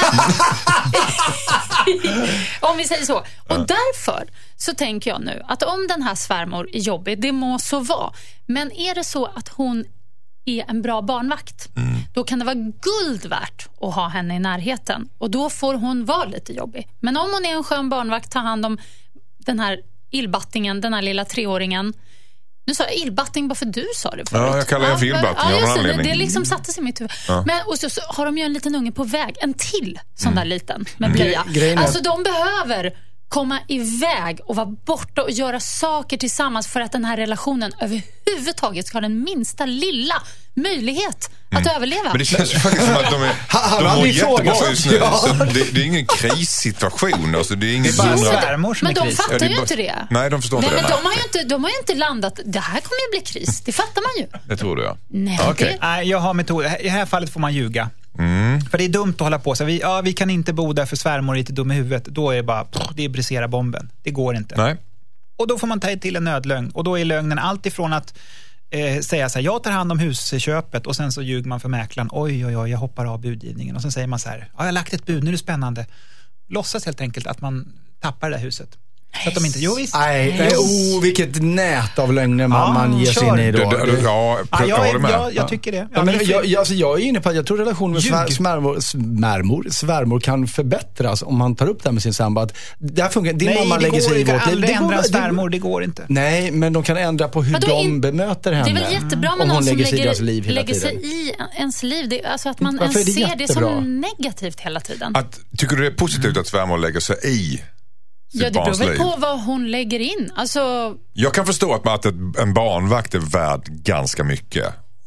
om vi säger så. Och ja. därför så tänker jag nu att om den här svärmor är jobbig, det må så vara. Men är det så att hon är en bra barnvakt, mm. då kan det vara guld värt att ha henne i närheten. Och då får hon vara lite jobbig. Men om hon är en skön barnvakt, tar hand om den här illbattingen, den här lilla treåringen. Nu sa jag illbatting bara för du sa det förut. Ja, jag kallar det för illbatting ja, av en anledning. Det, det liksom satte sig i mitt huvud. Ja. Men, och så, så har de ju en liten unge på väg. En till sån mm. där liten med blöja. Gre- alltså de behöver komma iväg och vara borta och göra saker tillsammans för att den här relationen överhuvudtaget ska ha den minsta lilla möjlighet att mm. överleva. Men det känns ju faktiskt som att de är ha, de mår jättebra just nu. Ja. Så det, det är ingen krissituation. Alltså, det är ingen det är bara svärmor som men är de kris. fattar ja, det ju bara, inte det. Nej, de förstår nej, inte men det. De har, ju inte, de har ju inte landat. Det här kommer ju bli kris. Det fattar man ju. Det tror du, ja. Nej, okay. det... nej jag har metoder. I det här fallet får man ljuga. Mm. För det är dumt att hålla på så vi, ja, vi kan inte bo där för svärmor är lite dum i huvudet. Då är det bara, pff, det är brisera bomben. Det går inte. Nej. Och då får man ta till en nödlögn. Och då är lögnen allt ifrån att eh, säga så här, jag tar hand om husköpet. Och sen så ljuger man för mäklaren. Oj, oj, oj, jag hoppar av budgivningen. Och sen säger man så här, ja, jag har lagt ett bud, nu är det spännande. Låtsas helt enkelt att man tappar det där huset. Så att de inte, jo visst. Nej, nej oh, vilket nät av lögner man, ja, man ger sig in i då. Du, du, ja, ja, jag, är, jag, jag tycker det. Ja, men jag, jag, alltså jag är inne på att jag tror relationen med svär, smärmor, smärmor, svärmor kan förbättras om man tar upp det här med sin sambo. Att det här funkar, din nej, mamma lägger sig i vårt liv. Nej, det går ändra svärmor, det går inte. Nej, men de kan ändra på hur ja, de in, bemöter henne. Det är väl jättebra med någon som lägger, liv lägger sig tiden. i ens liv. Det, alltså att man ens det ser jättebra? det som negativt hela tiden. Att, tycker du det är positivt mm. att svärmor lägger sig i ja, det beror väl på vad hon lägger in. Alltså... Jag kan förstå att, att en barnvakt är värd ganska mycket.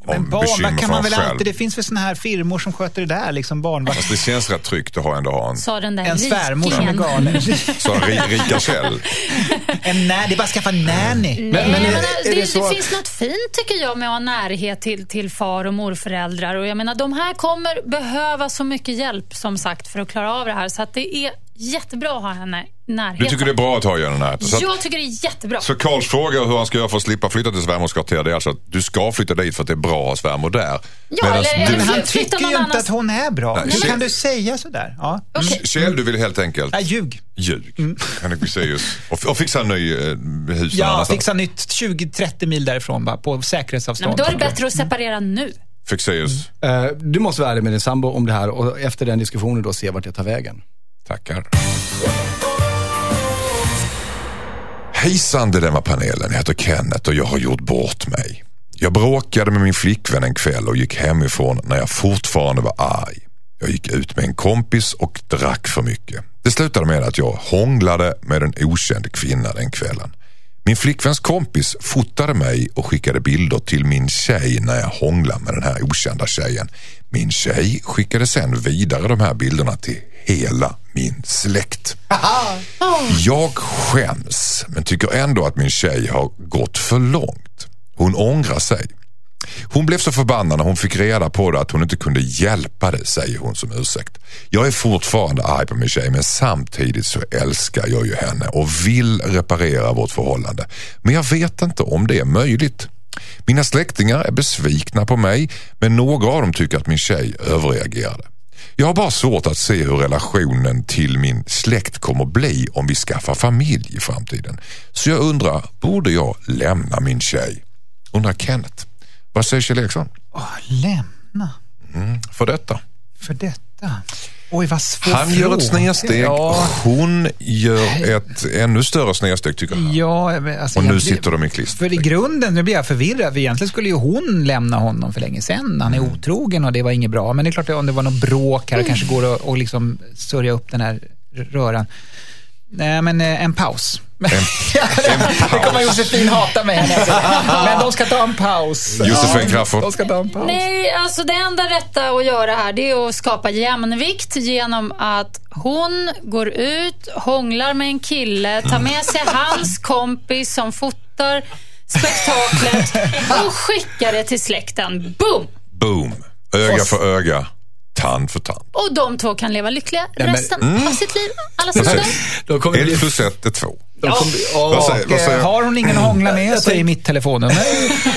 Men bekymmer barnvakt kan för man dem väl själv. alltid, det finns väl såna här firmor som sköter det där, liksom barnvakt. Fast det känns rätt tryggt att ha ändå ha en, Sa den där En svärmor som är rikingen. galen. så en ri, rika Kjell. En nä, det är bara att skaffa nanny. Nej, Men- men är- men är det, det det, så- finns något fint tycker jag med att ha närhet till, till far- och morföräldrar. Och jag menar, de här kommer behöva så mycket hjälp som sagt för att klara av det här. Så att det är jättebra att ha henne i närheten. Du tycker det är bra att ha den här? Så, att, Jag tycker det är jättebra. så Karls fråga hur han ska göra för att slippa flytta till svärmors kvarter, det är alltså att du ska flytta dit för att det är bra att ha svärmor där. Ja, Medan eller- du, Men han Flytta tycker någon ju inte annans- att hon är bra. Nej, Hur Kjell- kan du säga sådär? Ja. Okej. Kjell, du vill helt enkelt Nej, ljug. ljug. Henrik Fexeus. Och, och fixa en ny eh, hus någon Ja, annanstans. fixa nytt tjugo till trettio mil därifrån bara, på Nej, säkerhetsavstånd. men då är det bättre att separera nu. Fexeus. Eh, Du måste vara ärlig med din sambo om det här och efter den diskussionen då se vart det tar vägen. Tackar. Hejsan Dilemma-panelen, jag heter Kenneth och jag har gjort bort mig. Jag bråkade med min flickvän en kväll och gick hemifrån när jag fortfarande var arg. Jag gick ut med en kompis och drack för mycket. Det slutade med att jag hånglade med en okänd kvinna den kvällen. Min flickväns kompis fotade mig och skickade bilder till min tjej när jag hånglade med den här okända tjejen. Min tjej skickade sen vidare de här bilderna till hela min släkt. Jag skäms men tycker ändå att min tjej har gått för långt. Hon ångrar sig. Hon blev så förbannad när hon fick reda på det att hon inte kunde hjälpa det, säger hon som ursäkt. Jag är fortfarande arg på min tjej men samtidigt så älskar jag ju henne och vill reparera vårt förhållande. Men jag vet inte om det är möjligt. Mina släktingar är besvikna på mig men några av dem tycker att min tjej överreagerade. Jag har bara svårt att se hur relationen till min släkt kommer bli om vi skaffar familj i framtiden. Så jag undrar, borde jag lämna min tjej? Undrar Kenneth. Vad säger Kjell Eriksson? Åh, lämna Mm, för detta. för detta. Oj, vad svår Han gör ett fråga. snedsteg. Ja, Hon gör ett ännu större snedsteg tycker han. ja, men alltså, Och nu jag- sitter de i klister. För i grunden, nu blir jag förvirrad, för egentligen skulle ju hon lämna honom för länge sedan. Han är Mm. otrogen och det var inget bra. Men det är klart att om det var något bråk här, kanske går att och liksom sörja upp den här röran. Nej, men eh, en paus. En, en Det kommer Josefin hata mig här när jag säger det. Men de ska ta en paus. Josefin Crafoord. De ska ta en paus. Nej, alltså det enda rätta att göra här det är att skapa jämnvikt genom att hon går ut, hånglar med en kille, tar med sig hans kompis som fotar spektaklet och skickar det till släkten. Boom! Boom. Öga för öga. Tand för tand. Och de två kan leva lyckliga men- resten av sitt liv. Alla som Precis. där. Då kommer det bli... Ett plus ett är två. Då kommer, Vad åh, säger, vad Eh, säger, Har hon ingen att hångla med så är mitt telefonnummer. vad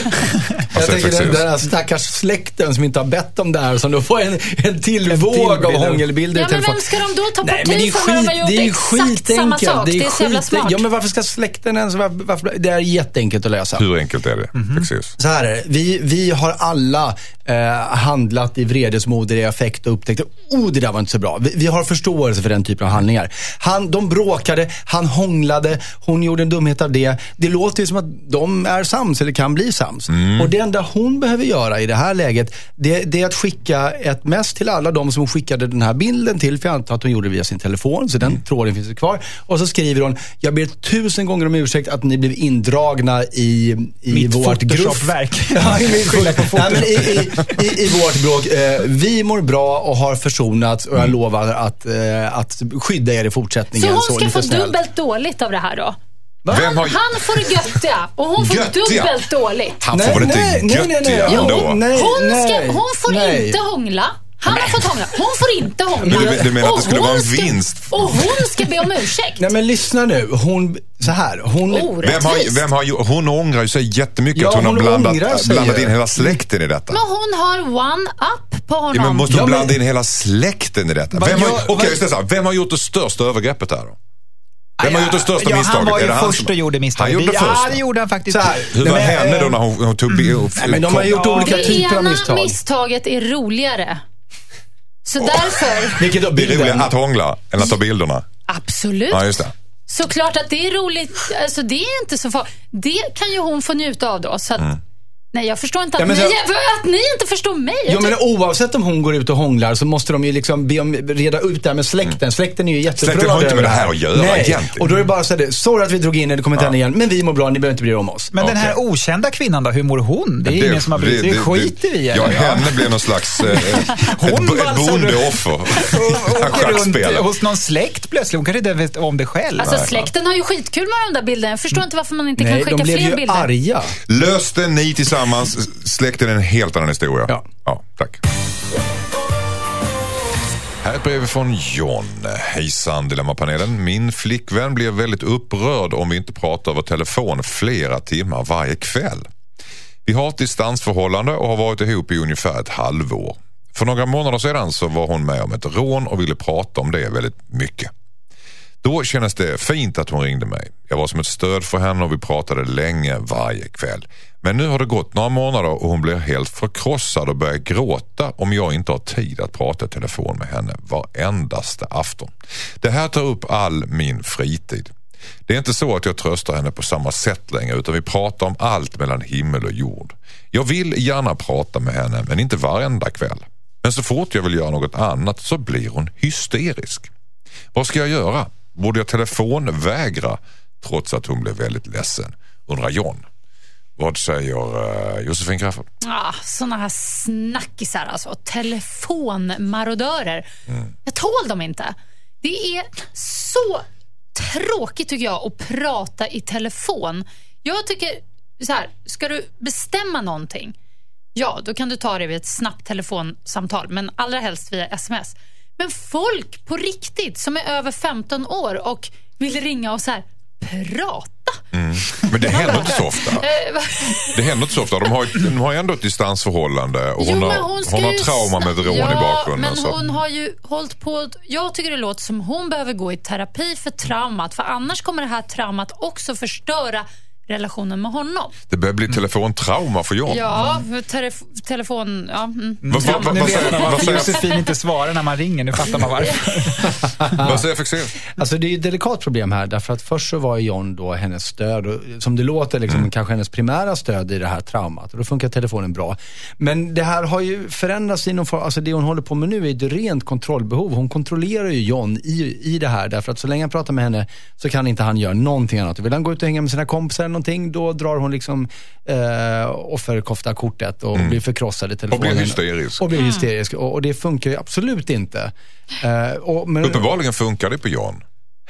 jag säger tänker den, Fexeus? den här stackars släkten som inte har bett om det här som då får en, en till våg av bild. hångelbilder Ja, i men telefon. vem ska de då ta Nej, men det är parti för när de har skit, gjort det är exakt samma skitenkelt. sak? Det är så jävla skit- smart. Ja, men varför ska släkten ens... Varför, varför, det är jätteenkelt att lösa. Hur enkelt är det? Fexeus? Så här är det. Vi, vi har alla eh, handlat i vredesmoder, i affekt och upptäckt oh, det där var inte så bra. Vi, vi har förståelse för den typen av handlingar. Han, de bråkade, han hånglade, hon gjorde en dumhet av det. Det låter ju som att de är sams eller kan bli sams. Mm. Och det enda hon behöver göra i det här läget, det, det är att skicka ett mess till alla de som hon skickade den här bilden till, för jag antar att hon gjorde det via sin telefon, så den Mm. tråden finns kvar. Och så skriver hon, jag ber tusen gånger om ursäkt att ni blev indragna i, i Mitt vårt grupp. Photoshop-verk. Ja, i, min, Skylla på nej, men i, i, i, i vårt bråk. Eh, vi mår bra och har försonats och jag lovar att, eh, att skydda er i fortsättningen. Så hon ska lite få snällt. dubbelt dåligt av det här då? Vem har... Han får det göttiga och hon får Göttiga? dubbelt dåligt. Han får väl inte göttiga Jo, ändå? nej, hon, nej, ska, hon får nej. inte hångla. Han har fått hångla. Hon får inte hångla. Men du- du menar att Och det skulle vara en hon ska- vinst? Och hon ska be om ursäkt. Nej, men lyssna nu. Hon, så här, hon... Orättvist. Vem har, vem har, gjort- hon ångrar ju sig jättemycket Ja, att hon, hon har ångrar blandat, sig blandat ju. in hela släkten i detta. Men hon har one up på honom. Ja, men måste hon Ja, men- blanda in hela släkten i detta? Vad Vem har, gör- okej, vad- just det, så här, vem har gjort det största övergreppet här då? Vem har gjort det största ja, misstaget? Han var ju Är det han först som- och gjorde misstaget. Han gjorde ja, först. det gjorde han faktiskt. Så här, Hur nej, var men, henne då eh, när hon, hon tog bild? Nej, men de har gjort Ja, olika det typer av ena misstag. misstaget är roligare. Så därför, Vilket då Det är roligare bilden. att hångla än att ta bilderna. absolut. Ja, just det. Såklart att det är roligt. Alltså det är inte så farligt. Det kan ju hon få njuta av då. Så att, Mm. Nej, jag förstår inte att, Ja, men ni, så- att ni inte förstår mig. Jo, Jag men tycker- oavsett om hon går ut och hånglar så måste de ju liksom be om, reda ut det här med släkten. Släkten är ju jätteupprörda. Släkten har inte med över det här att göra Nej. egentligen. Och då är det bara så här, sorry att vi drog in er, det kommer inte hända igen. Men vi mår bra, ni behöver inte bry er om oss. Men den här Okej. okända kvinnan då, hur mår hon? Det är ingen som har brytt sig. Det skiter vi i. Ja, henne blir någon slags eh, Hon ett, bo- ett valsar bondeoffer. Åker runt Schackspelare. hos någon släkt plötsligt. Hon kanske inte vet om det själv. Alltså släkten har ju skitkul med de där bilderna. Jag förstår inte varför man inte Nej, kan de skicka blev fler ju bilder. arga. Löste ni tillsammans släkten en helt annan historia? Ja. Ja, tack. Här är ett brev från John. Hejsan Dilemmapanelen. Min flickvän blir väldigt upprörd om vi inte pratar över telefon flera timmar varje kväll. Vi har ett distansförhållande och har varit ihop i ungefär ett halvår. För några månader sedan så var hon med om ett rån och ville prata om det väldigt mycket. Då kändes det fint att hon ringde mig. Jag var som ett stöd för henne och vi pratade länge varje kväll. Men nu har det gått några månader och hon blir helt förkrossad och börjar gråta om jag inte har tid att prata i telefon med henne varendaste afton. Det här tar upp all min fritid. Det är inte så att jag tröstar henne på samma sätt längre utan vi pratar om allt mellan himmel och jord. Jag vill gärna prata med henne men inte varenda kväll. Men så fort jag vill göra något annat så blir hon hysterisk. Vad ska jag göra? Borde jag telefonvägra trots att hon blev väldigt ledsen? Undrar John. Vad säger uh, Josefin Crafoord? Ah, såna här snackisar alltså. Telefonmarodörer. Mm. Jag tål dem inte. Det är så tråkigt tycker jag att prata i telefon. Jag tycker så här, ska du bestämma någonting? Ja, då kan du ta det vid ett snabbt telefonsamtal, men allra helst via sms. Men folk på riktigt som är över femton år och vill ringa och så här prata. Mm. Men det händer inte så ofta. Det händer inte så ofta. De har, de har ändå ett distansförhållande och Jo, hon, har, hon, hon har trauma med ett rån ja, i bakgrunden. Men så. hon har ju hållit på. Jag tycker det låter som hon behöver gå i terapi för traumat. För annars kommer det här traumat också förstöra relationen med honom. Det börjar bli telefontrauma för John. Ja, telef- telefon... Ja, mm. Vad va, va, Nu va, vet man va, varför Josefin inte svarar när man ringer. Nu fattar man varför. Vad säger Fexer? Alltså det är ju ett delikat problem här, därför att först så var John då hennes stöd, och som det låter liksom mm. kanske hennes primära stöd i det här traumat, och då funkar telefonen bra. Men det här har ju förändrats i någon form, alltså det hon håller på med nu är ett rent kontrollbehov. Hon kontrollerar ju John i, i det här, därför att så länge han pratar med henne så kan inte han göra någonting annat. Vill han gå ut och hänga med sina kompisar eller någonting, då drar hon liksom eh, offerkofta-kortet och mm. blir förkrossad i telefonen. Och blir hysterisk. Och blir hysterisk, och, och det funkar ju absolut inte. Eh, och, men, Uppenbarligen funkar det på John.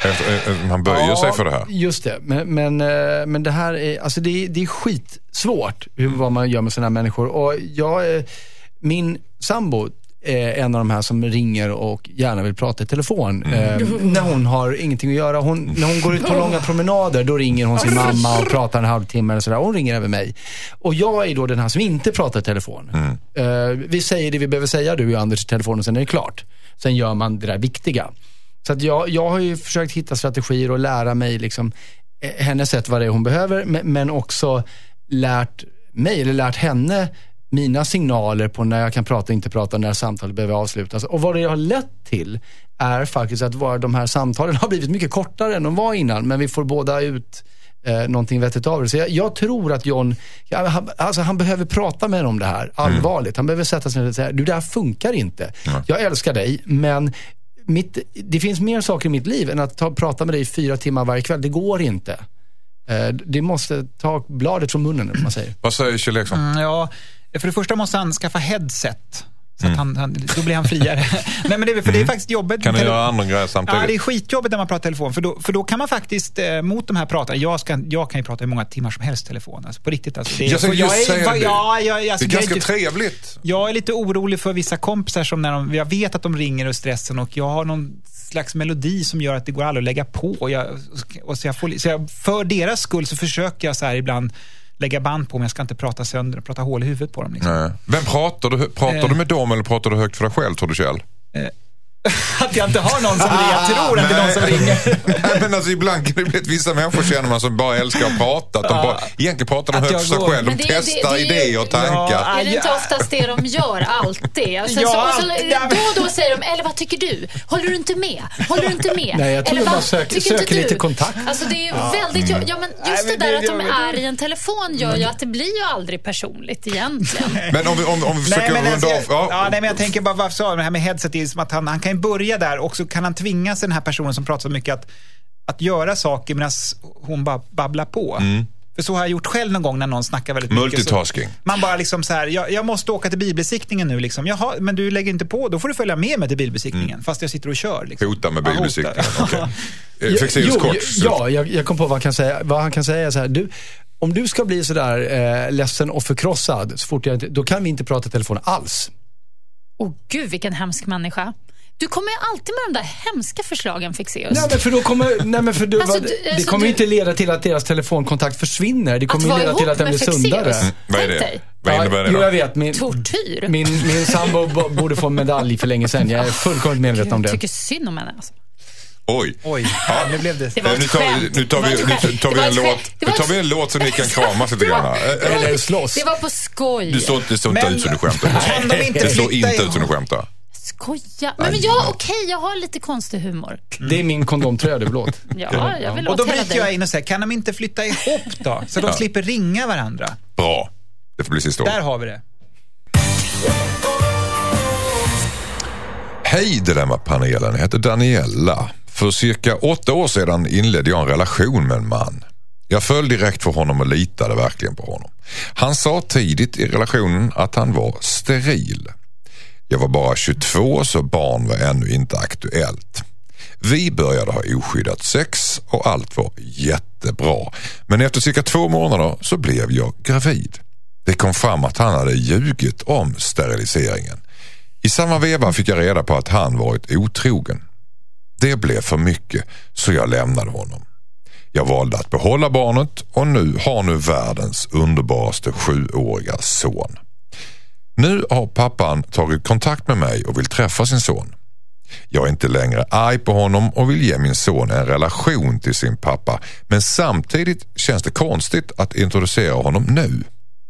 Han böjer ja, sig för det här. Just det, men, men, men det här är, alltså det är, det är skitsvårt hur, vad man gör med sådana här människor. Och jag, min sambo är en av de här som ringer och gärna vill prata i telefon. Mm. Eh, när hon har ingenting att göra. Hon, när hon går ut på långa promenader, då ringer hon sin mamma och pratar en halvtimme eller sådär. Hon ringer över mig. Och jag är då den här som inte pratar i telefon. Mm. Eh, vi säger det vi behöver säga, du och Anders, i telefon, och sen är det klart. Sen gör man det där viktiga. Så att jag, jag har ju försökt hitta strategier och lära mig liksom, eh, hennes sätt vad det är hon behöver, men, men också lärt mig, eller lärt henne mina signaler på när jag kan prata och inte prata, när samtalet behöver avslutas. Och vad det har lett till är faktiskt att var, de här samtalen har blivit mycket kortare än de var innan, men vi får båda ut eh, någonting vettigt av det. Så jag, jag tror att John, ja, han, alltså han behöver prata med om det här allvarligt. Mm. Han behöver sätta sig och säga, du, det här funkar inte. Mm. Jag älskar dig, men mitt, det finns mer saker i mitt liv än att ta, prata med dig i fyra timmar varje kväll. Det går inte. Eh, det måste ta bladet från munnen, om man säger. Vad säger Kjell Eriksson? Mm, ja, för det första måste han skaffa headset. Så mm. att han, han, då blir han friare. Nej, men det, för mm. det är faktiskt jobbet. Kan du göra andra grejer samtidigt? Ja, det är skitjobbigt när man pratar telefon. För då, för då kan man faktiskt, eh, mot de här pratarna, jag, ska, jag kan ju prata i många timmar som helst telefon. Alltså på riktigt. Alltså, det, är, jag ska jag just är, säga va, det. Ja, jag, alltså, det är ganska jag, trevligt. Jag är lite orolig för vissa kompisar som när de, jag vet att de ringer och stressen, och jag har någon slags melodi som gör att det går aldrig att lägga på. Och jag, och så jag får, så jag, för deras skull så försöker jag så här ibland lägga band på, men jag ska inte prata sönder och prata hål i huvudet på dem. Liksom. Nej. Vem pratar du? Pratar eh, du med dem eller pratar du högt för dig själv, tror du, Kjell? Eh, Att jag inte har någon som ringer. Jag tror att det är någon som ringer. Nej, men alltså ibland kan det bli att vissa människor känner man som bara älskar att prata. Att de bara, egentligen pratar de högt för sig själv. De det, testar det, det, idéer och tankar. Ja, är det inte oftast det de gör alltid? Och sen, ja, så, och så, då och då säger de, eller vad tycker du? Håller du inte med? Håller du inte med? Nej, jag tror eller, de bara söker, söker lite kontakt. Alltså det är ju ja. väldigt, ja, ja men just Nej, men det där det, att de är i en telefon gör ju att det blir ju aldrig personligt egentligen. Men om vi, om, om vi försöker nej, men runda av. Ja. Ja, nej, men jag tänker bara, vad sa det här med headset är som att han, han kan ju börja där och så kan han tvinga sig den här personen som pratar så mycket att, att göra saker medan hon bara babblar på. Mm. För så har jag gjort själv någon gång när någon snackar väldigt mycket. Multitasking. Så man bara liksom så här, jag, jag måste åka till bilbesiktningen nu liksom. Jaha, men du lägger inte på, då får du följa med mig till bilbesiktningen. Mm. Fast jag sitter och kör liksom. Hota med bilbesiktningen, ja, okej. Okay. Fexeus kort. Ja, jag, jag kom på vad han kan säga. Vad han kan säga är så här, du, om du ska bli sådär eh, ledsen och förkrossad så fort jag inte, då kan vi inte prata telefon alls. Åh oh, gud, vilken hemsk människa. Du kommer ju alltid med de där hemska förslagen, Fexeus. Nej, men för då kommer, nej, men för du, alltså, vad, du, det alltså, kommer du, inte leda till att deras telefonkontakt försvinner. Det kommer ju leda till att den blir sundare. Mm, vad är det? Vad innebär det då? då? Jag vet, min, Tortyr. Min, min sambo borde få en medalj för länge sedan. Jag är fullkomligt medveten om det. Jag tycker synd om henne alltså. Oj. Oj, ja, nu blev det. Det var ett nu tar vi, nu tar vi, nu tar vi en låt. Nu tar vi en låt som ni kan kramas lite grann. Eller slåss. Det var på skoj. Du står inte, står inte ut som du skämtar. Kan de inte det står inte ihop? ut som du skämtar. Skoja. Men, men jag, okej, okay, jag har lite konstig humor. Mm. Det är min kondomtröja, du förlåt. Ja, jag vill och då bryter dig. Jag in och säger, kan de inte flytta ihop då? Så de ja. slipper ringa varandra. Bra. Det får bli sista Där har vi det. Hej Dilemma-panelen, jag heter Daniela. För cirka åtta år sedan inledde jag en relation med en man. Jag föll direkt för honom och litade verkligen på honom. Han sa tidigt i relationen att han var steril. Jag var bara tjugotvå så barn var ännu inte aktuellt. Vi började ha oskyddat sex och allt var jättebra. Men efter cirka två månader så blev jag gravid. Det kom fram att han hade ljugit om steriliseringen. I samma veva fick jag reda på att han varit otrogen. Det blev för mycket så jag lämnade honom. Jag valde att behålla barnet och nu har nu världens underbaraste sjuåriga son. Nu har pappan tagit kontakt med mig och vill träffa sin son. Jag är inte längre arg på honom och vill ge min son en relation till sin pappa. Men samtidigt känns det konstigt att introducera honom nu.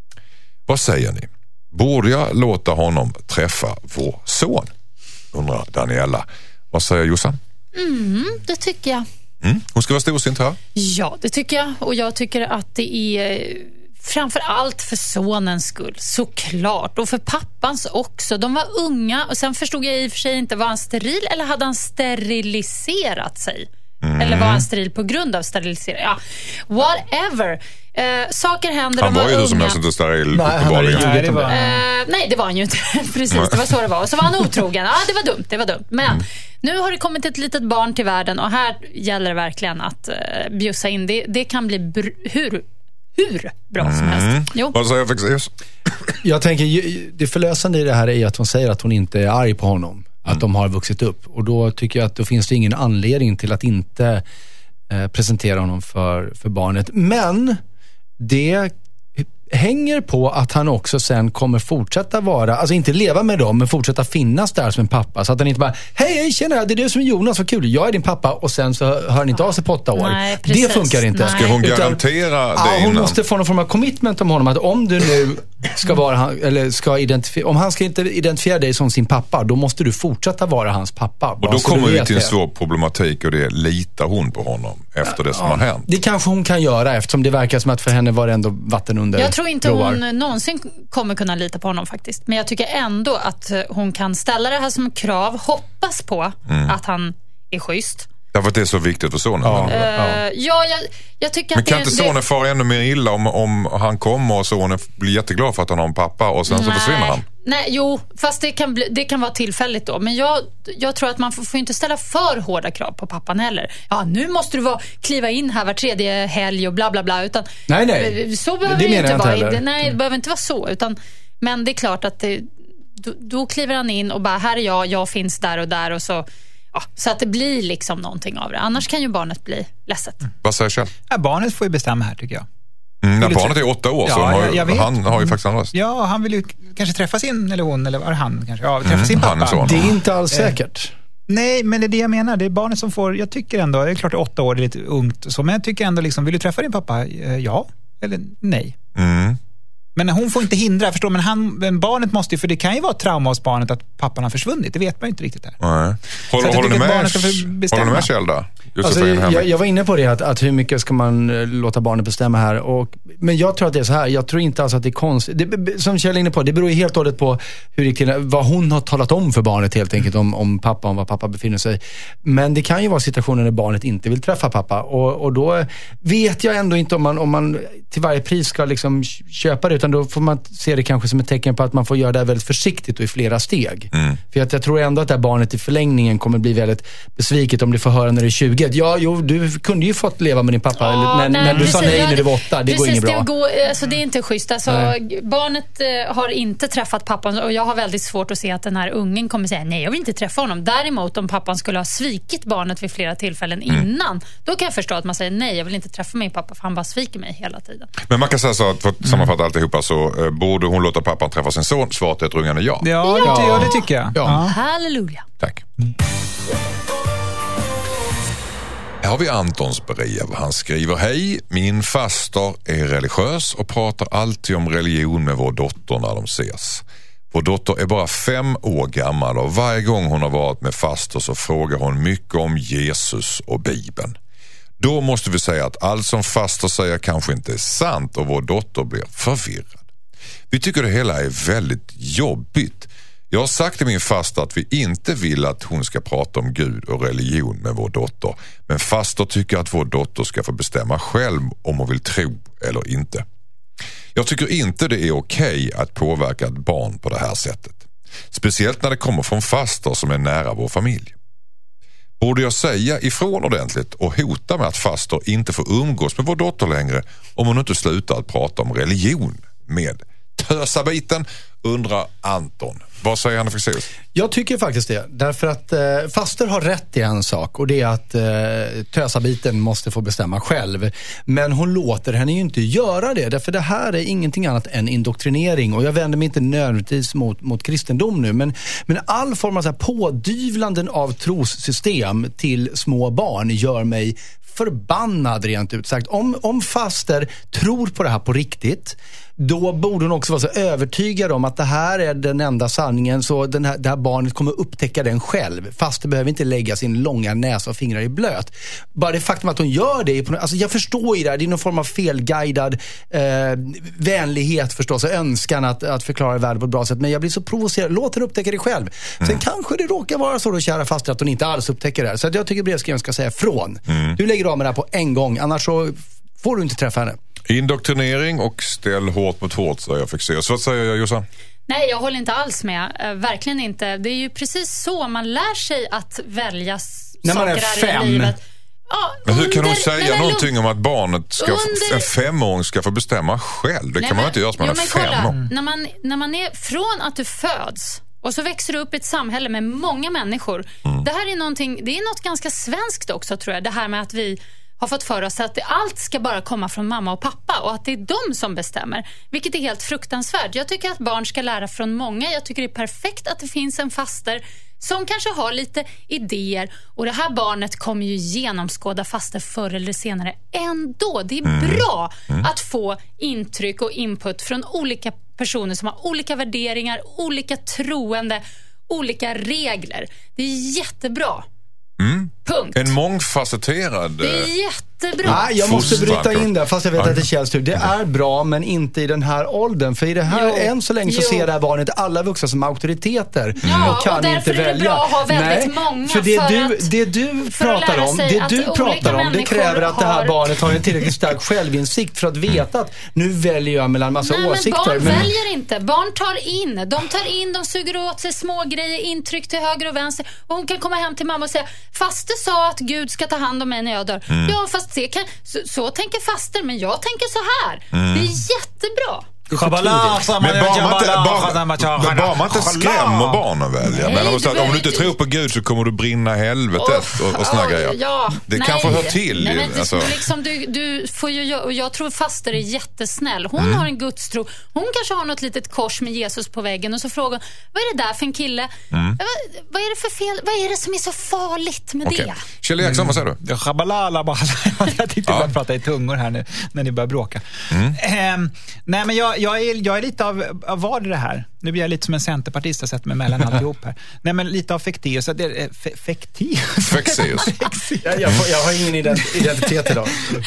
Vad säger ni? Borde jag låta honom träffa vår son? Undrar Daniela. Vad säger Jossan? Mm, det tycker jag. Mm. Hon ska vara storsint här. Ja, det tycker jag. Och jag tycker att det är framför allt för sonens skull, såklart. Och för pappans också. De var unga och sen förstod jag i och för sig inte, var han steril eller hade han steriliserat sig? Mm. Eller var han steril på grund av sterilisering? Ja, whatever. Eh, saker händer. Han de var, var ju unga. då som nästan inte steril. Nej, han hade nej, det var... eh, nej, det var han ju inte. Precis, det var så det var. Och så var han otrogen. Ja, det var dumt, det var dumt. Men mm. nu har det kommit ett litet barn till världen och här gäller det verkligen att eh, bjussa in. Det, det kan bli br- hur, hur bra som helst. Mm. Jo. Vad säger Fexeus? Jag tänker, det förlösande i det här är att hon säger att hon inte är arg på honom. Att mm. de har vuxit upp. Och då tycker jag att då finns det ingen anledning till att inte eh, presentera honom för, för barnet. Men det hänger på att han också sen kommer fortsätta vara, alltså inte leva med dem, men fortsätta finnas där som en pappa. Så att han inte bara, hej, hej, tjena, det är du som är Jonas, vad kul, jag är din pappa. Och sen så hör han inte av sig på åtta år. Nej, det funkar inte. Ska hon garantera Utan, det ja, hon innan? måste få någon form av commitment om honom, att om du nu ska vara, eller ska identifiera, om han ska inte identifiera dig som sin pappa, då måste du fortsätta vara hans pappa. Och då kommer vi till en svår problematik och det är, litar hon på honom efter det som ja, har hänt? Det kanske hon kan göra, eftersom det verkar som att för henne var det ändå vatten under Jag tror inte broar. hon någonsin kommer kunna lita på honom faktiskt. Men jag tycker ändå att hon kan ställa det här som krav, hoppas på mm. att han är schysst. Därför att det är så viktigt för sonen. Ja, uh, ja. ja jag, jag tycker Men att kan det, inte sonen det... fara ännu mer illa om, om han kommer och sonen blir jätteglad för att han har en pappa och sen Nej. så försvinner han? Nej, jo, fast det kan, bli, det kan vara tillfälligt då. Men jag, jag tror att man får, får inte ställa för hårda krav på pappan heller. Ja, nu måste du vara, kliva in här var tredje helg och bla bla bla. Utan, nej, nej. Så behöver det, det inte vara. Inte det, nej, det behöver inte vara så. Utan, men det är klart att det, då, då kliver han in och bara, här är jag, jag finns där och där och så... Ja, så att det blir liksom någonting av det. Annars kan ju barnet bli ledset. Mm. Vad säger Kjell? Ja, barnet får ju bestämma här tycker jag. Mm, när barnet är åtta år ja, så har, jag, jag han har ju faktiskt en röst. Ja, han vill ju kanske träffa sin, eller hon, eller var han kanske. Ja, träffa mm, sin pappa. Det är inte alls säkert. Nej, men det är det jag menar. Det är barnet som får, jag tycker ändå, det är klart att åtta år är lite ungt, så, men jag tycker ändå liksom, vill du träffa din pappa? Ja, eller nej. Mm. Men hon får inte hindra, förstår, men, han, men barnet måste ju, för det kan ju vara ett trauma hos barnet att pappan har försvunnit, det vet man ju inte riktigt här. Nej. Håller, håller, du med, håller du med Kjell där? Alltså, jag, jag var inne på det, att, att hur mycket ska man låta barnet bestämma här. Och, men jag tror att det är så här, jag tror inte alls att det är konstigt. Det, som Kjell är inne på, det beror ju helt och hållet på hur det till, vad hon har talat om för barnet helt enkelt, om, om pappa, om var pappa befinner sig. Men det kan ju vara situationer när barnet inte vill träffa pappa. Och, och då vet jag ändå inte om man, om man till varje pris ska liksom köpa det, utan då får man se det kanske som ett tecken på att man får göra det väldigt försiktigt och i flera steg. Mm. För att jag tror ändå att det här barnet i förlängningen kommer bli väldigt besviket om det får höra när det är tjugo. Ja, jo, du kunde ju fått leva med din pappa, ja, eller, när, nej, när du precis, sa nej när du var åtta. Det precis, går inget bra. Det, går, alltså, det är inte schysst. Alltså, barnet eh, har inte träffat pappan, och jag har väldigt svårt att se att den här ungen kommer säga nej, jag vill inte träffa honom. Däremot om pappan skulle ha svikit barnet vid flera tillfällen mm. innan, då kan jag förstå att man säger nej, jag vill inte träffa min pappa, för han bara sviker mig hela tiden. Men man kan säga så att, för att sammanfatta alltihopa, så eh, borde hon låta pappan träffa sin son? Svaret är ett rungande ja. Ja, ja. Det, ja, det tycker jag. Ja. Ja. Halleluja. Tack. Här har vi Antons brev. Han skriver: hej, min faster är religiös och pratar alltid om religion med vår dotter när de ses. Vår dotter är bara fem år gammal och varje gång hon har varit med faster så frågar hon mycket om Jesus och Bibeln. Då måste vi säga att allt som faster säger kanske inte är sant och vår dotter blir förvirrad. Vi tycker det hela är väldigt jobbigt. Jag har sagt till min faster att vi inte vill att hon ska prata om Gud och religion med vår dotter. Men faster tycker att vår dotter ska få bestämma själv om hon vill tro eller inte. Jag tycker inte det är okej att påverka ett barn på det här sättet. Speciellt när det kommer från faster som är nära vår familj. Borde jag säga ifrån ordentligt och hota med att faster inte får umgås med vår dotter längre om hon inte slutar att prata om religion med tösabiten, undrar Anton. Vad säger han för Fexeus? Jag tycker faktiskt det. Därför att eh, faster har rätt i en sak. Och det är att eh, tösabiten måste få bestämma själv. Men hon låter henne ju inte göra det. Därför det här är ingenting annat än indoktrinering. Och jag vänder mig inte nödvändigtvis mot, mot kristendom nu. Men, men all form av så här pådyvlanden av trossystem till små barn gör mig förbannad rent ut sagt. Om, om faster tror på det här på riktigt, då borde hon också vara så övertygad om att det här är den enda sanningen, så den här, det här barnet kommer upptäcka den själv. Faster behöver inte lägga sin långa näsa och fingrar i blöt. Bara det faktum att hon gör det, alltså jag förstår ju det här, det är någon form av felguidad eh, vänlighet förstås, och önskan att, att förklara världen på ett bra sätt, men jag blir så provocerad, låt henne upptäcka det själv. Sen mm. kanske det råkar vara så då, kära faster, att hon inte alls upptäcker det här. Så att jag tycker brevskrivaren ska säga från. Mm. Du lägger av med det här på en gång, annars så får du inte träffa henne. Indoktrinering och ställ hårt mot hårt, säger jag fick se. Så vad säger jag, Jossan? Nej, jag håller inte alls med. Uh, verkligen inte. Det är ju precis så man lär sig att välja när man är fem. I livet. Ja, men hur under, kan hon säga nej, någonting om att barnet ska, under, en femåring ska få bestämma själv? Det nej, kan man men, inte göra som man är fem år. När man, när man är från att du föds och så växer du upp i ett samhälle med många människor. Mm. Det här är någonting, det är något ganska svenskt också, tror jag. Det här med att vi har fått för oss att allt ska bara komma från mamma och pappa och att det är de som bestämmer, vilket är helt fruktansvärt. Jag tycker att barn ska lära från många. Jag tycker det är perfekt att det finns en faster som kanske har lite idéer, och det här barnet kommer ju genomskåda faster förr eller senare ändå. Det är mm. bra mm. att få intryck och input från olika personer som har olika värderingar, olika troende, olika regler. Det är jättebra. Mm. Punkt. En mångfacetterad. Det är jättebra. Nej, jag måste bryta in där, fast jag vet okay. att det känns tur. Det är bra, men inte i den här åldern. För i det här, jo. än så länge så jo. ser det här barnet alla vuxna som auktoriteter. Ja, och kan och därför inte välja. Är det bra att ha väldigt Nej, många. För det för du, att, det du pratar om, det du pratar om, det kräver att det här har... barnet har en tillräckligt stark självinsikt för att veta att nu väljer jag mellan massa Nej, åsikter. Men barn men... väljer inte. Barn tar in. De tar in, de suger åt sig små grejer, intryck till höger och vänster. Och hon kan komma hem till mamma och säga, faster sa att Gud ska ta hand om mig när jag dör. Mm. Ja, fast det kan, så, så tänker faster, men jag tänker så här. Mm. Det är jättebra. Schabala, sa man. Men bara man inte, bara, bara, bara man inte skrämmer barnen väl. Ja. Men om, så att, om du inte tror på Gud så kommer du brinna helvetet oh, och, och såna oh, grejer. Ja, det nej. kanske hör till. Nej, men det, alltså. liksom, du, du får ju, och jag tror faster är jättesnäll. Hon mm. har en gudstro. Hon kanske har något litet kors med Jesus på väggen och så frågar hon, vad är det där för en kille? Mm. Vad, vad är det för fel? Vad är det som är så farligt med okay. det? Kjell Eriksson, vad säger du? Schabala, jag tyckte ja. bara prata i tungor här nu när ni börjar bråka. Mm. Ehm, nej, men jag, jag, är, jag är lite av, av vad är det här? Nu blir jag lite som en centerpartist och sätter mig mellan alltihop här. Nej, men lite av Fekteus. Fekteus? Fekteus. jag, jag, jag har ingen identitet idag.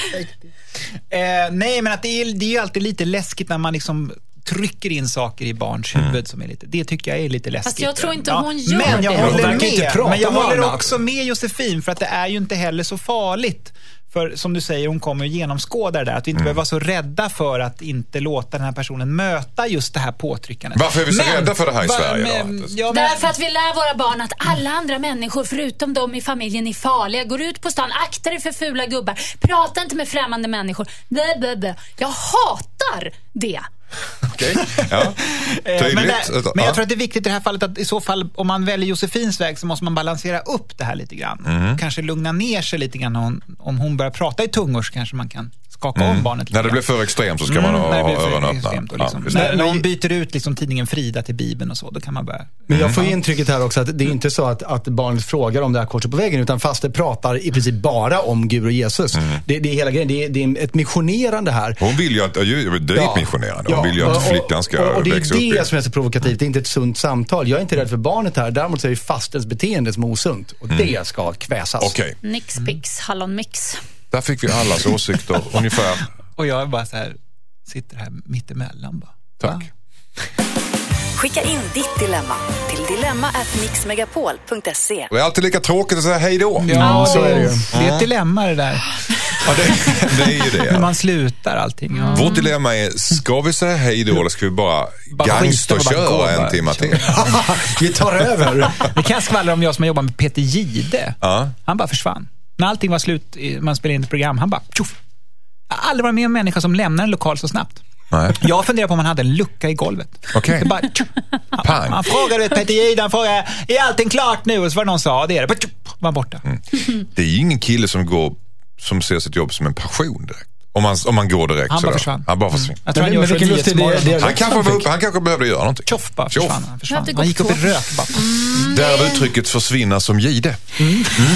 eh, nej, men att det, är, det är ju alltid lite läskigt när man liksom trycker in saker i barns huvud mm. som är lite, det tycker jag är lite läskigt. Fast jag tror inte ja. hon gör men jag det. Håller med, men jag håller henne. också med Josefin för att det är ju inte heller så farligt. För som du säger, hon kommer genomskåda det där. Att vi inte mm. behöver vara så rädda för att inte låta den här personen möta just det här påtryckandet. Varför är vi så men, rädda för det här i va, Sverige men, då? Ja, men, därför att vi lär våra barn att alla andra människor förutom de i familjen är farliga. Går ut på stan, akta dig för fula gubbar. Prata inte med främmande människor. Bä, bä, bä. Jag hatar det. Okej, ja. men, där, men jag tror att det är viktigt i det här fallet att i så fall om man väljer Josefins väg så måste man balansera upp det här lite grann. Mm. Kanske lugna ner sig lite grann om, om hon börjar prata i tungor så kanske man kan skaka mm. om barnet lite. När det blir för extremt så ska man mm, ha öronen öppna. Liksom. Ja, när, när hon byter ut liksom, tidningen Frida till Bibeln och så, då kan man börja. Men jag får ju intrycket här också att det är inte så att, att barnet frågar om det här korset på vägen utan fast det pratar i princip bara om Gud och Jesus. Mm. Det, det är hela grejen, det är, det är ett missionerande här. Hon vill ju att, det är ett missionerande. Hon ja, vill ju att flickan ska och, och, och det är växa upp. Det som är så provokativt, det är inte ett sunt samtal. Jag är inte rädd för barnet här, däremot så är det fastens beteende som är osunt. Och mm. det ska kväsas. Okay. Nix, pix, hallonmix. Där fick vi allas åsikter ungefär. Och jag är bara så här, sitter här mitt emellan bara. Tack. Ja. Skicka in ditt dilemma till dilemma at mixmegapol punkt se. Det är alltid lika tråkigt att säga hej då. Ja, oh, så är det ju. Det är ett dilemma det där. Ja, det, det är ju det. Ja. Hur man slutar allting. Ja. Vårt dilemma är, ska vi säga hej då eller ska vi bara, bara gangsterköra en timme till? Vi tar över. Det kan skvallra om jag som jobbar med Peter Gide. Ja. Han bara försvann. När allting var slut, man spelade in ett program, han bara tjoff. Jag har aldrig varit med om en människa som lämnar en lokal så snabbt. Nej. Jag funderar på om man hade en lucka i golvet. Okay. Bara, han, han frågade Peter Gide, han frågade, är allting klart nu? Och så var det någon som sa, det är det. Var borta. Mm. Det är ju ingen kille som går som ser sitt jobb som en passion direkt. Om man, om man går direkt. Han bara sådär. försvann. Han bara försvann. Mm. Han, men, men, men, det, det, det han, kanske var upp, han kanske behövde göra någonting. Tjoff bara försvann. Han, försvann. han gick upp i rök bara. Mm. Där uttrycket försvinna som Gide. Mm.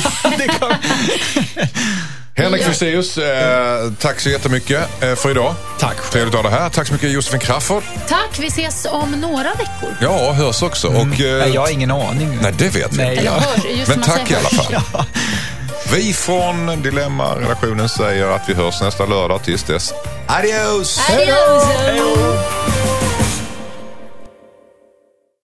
Mm. Henrik Fexeus, eh, tack så jättemycket eh, för idag. Tack. Trevligt att ha det här. Tack så mycket Josefin Crafoord. Tack, vi ses om några veckor. Ja, hörs också. Mm. Och, eh, nej, jag har ingen aning. Nej, det vet jag inte. Ja. Men tack i alla fall. Ja. Vi från Dilemma-redaktionen säger att vi hörs nästa lördag tills dess. Adios! Adios! Adios.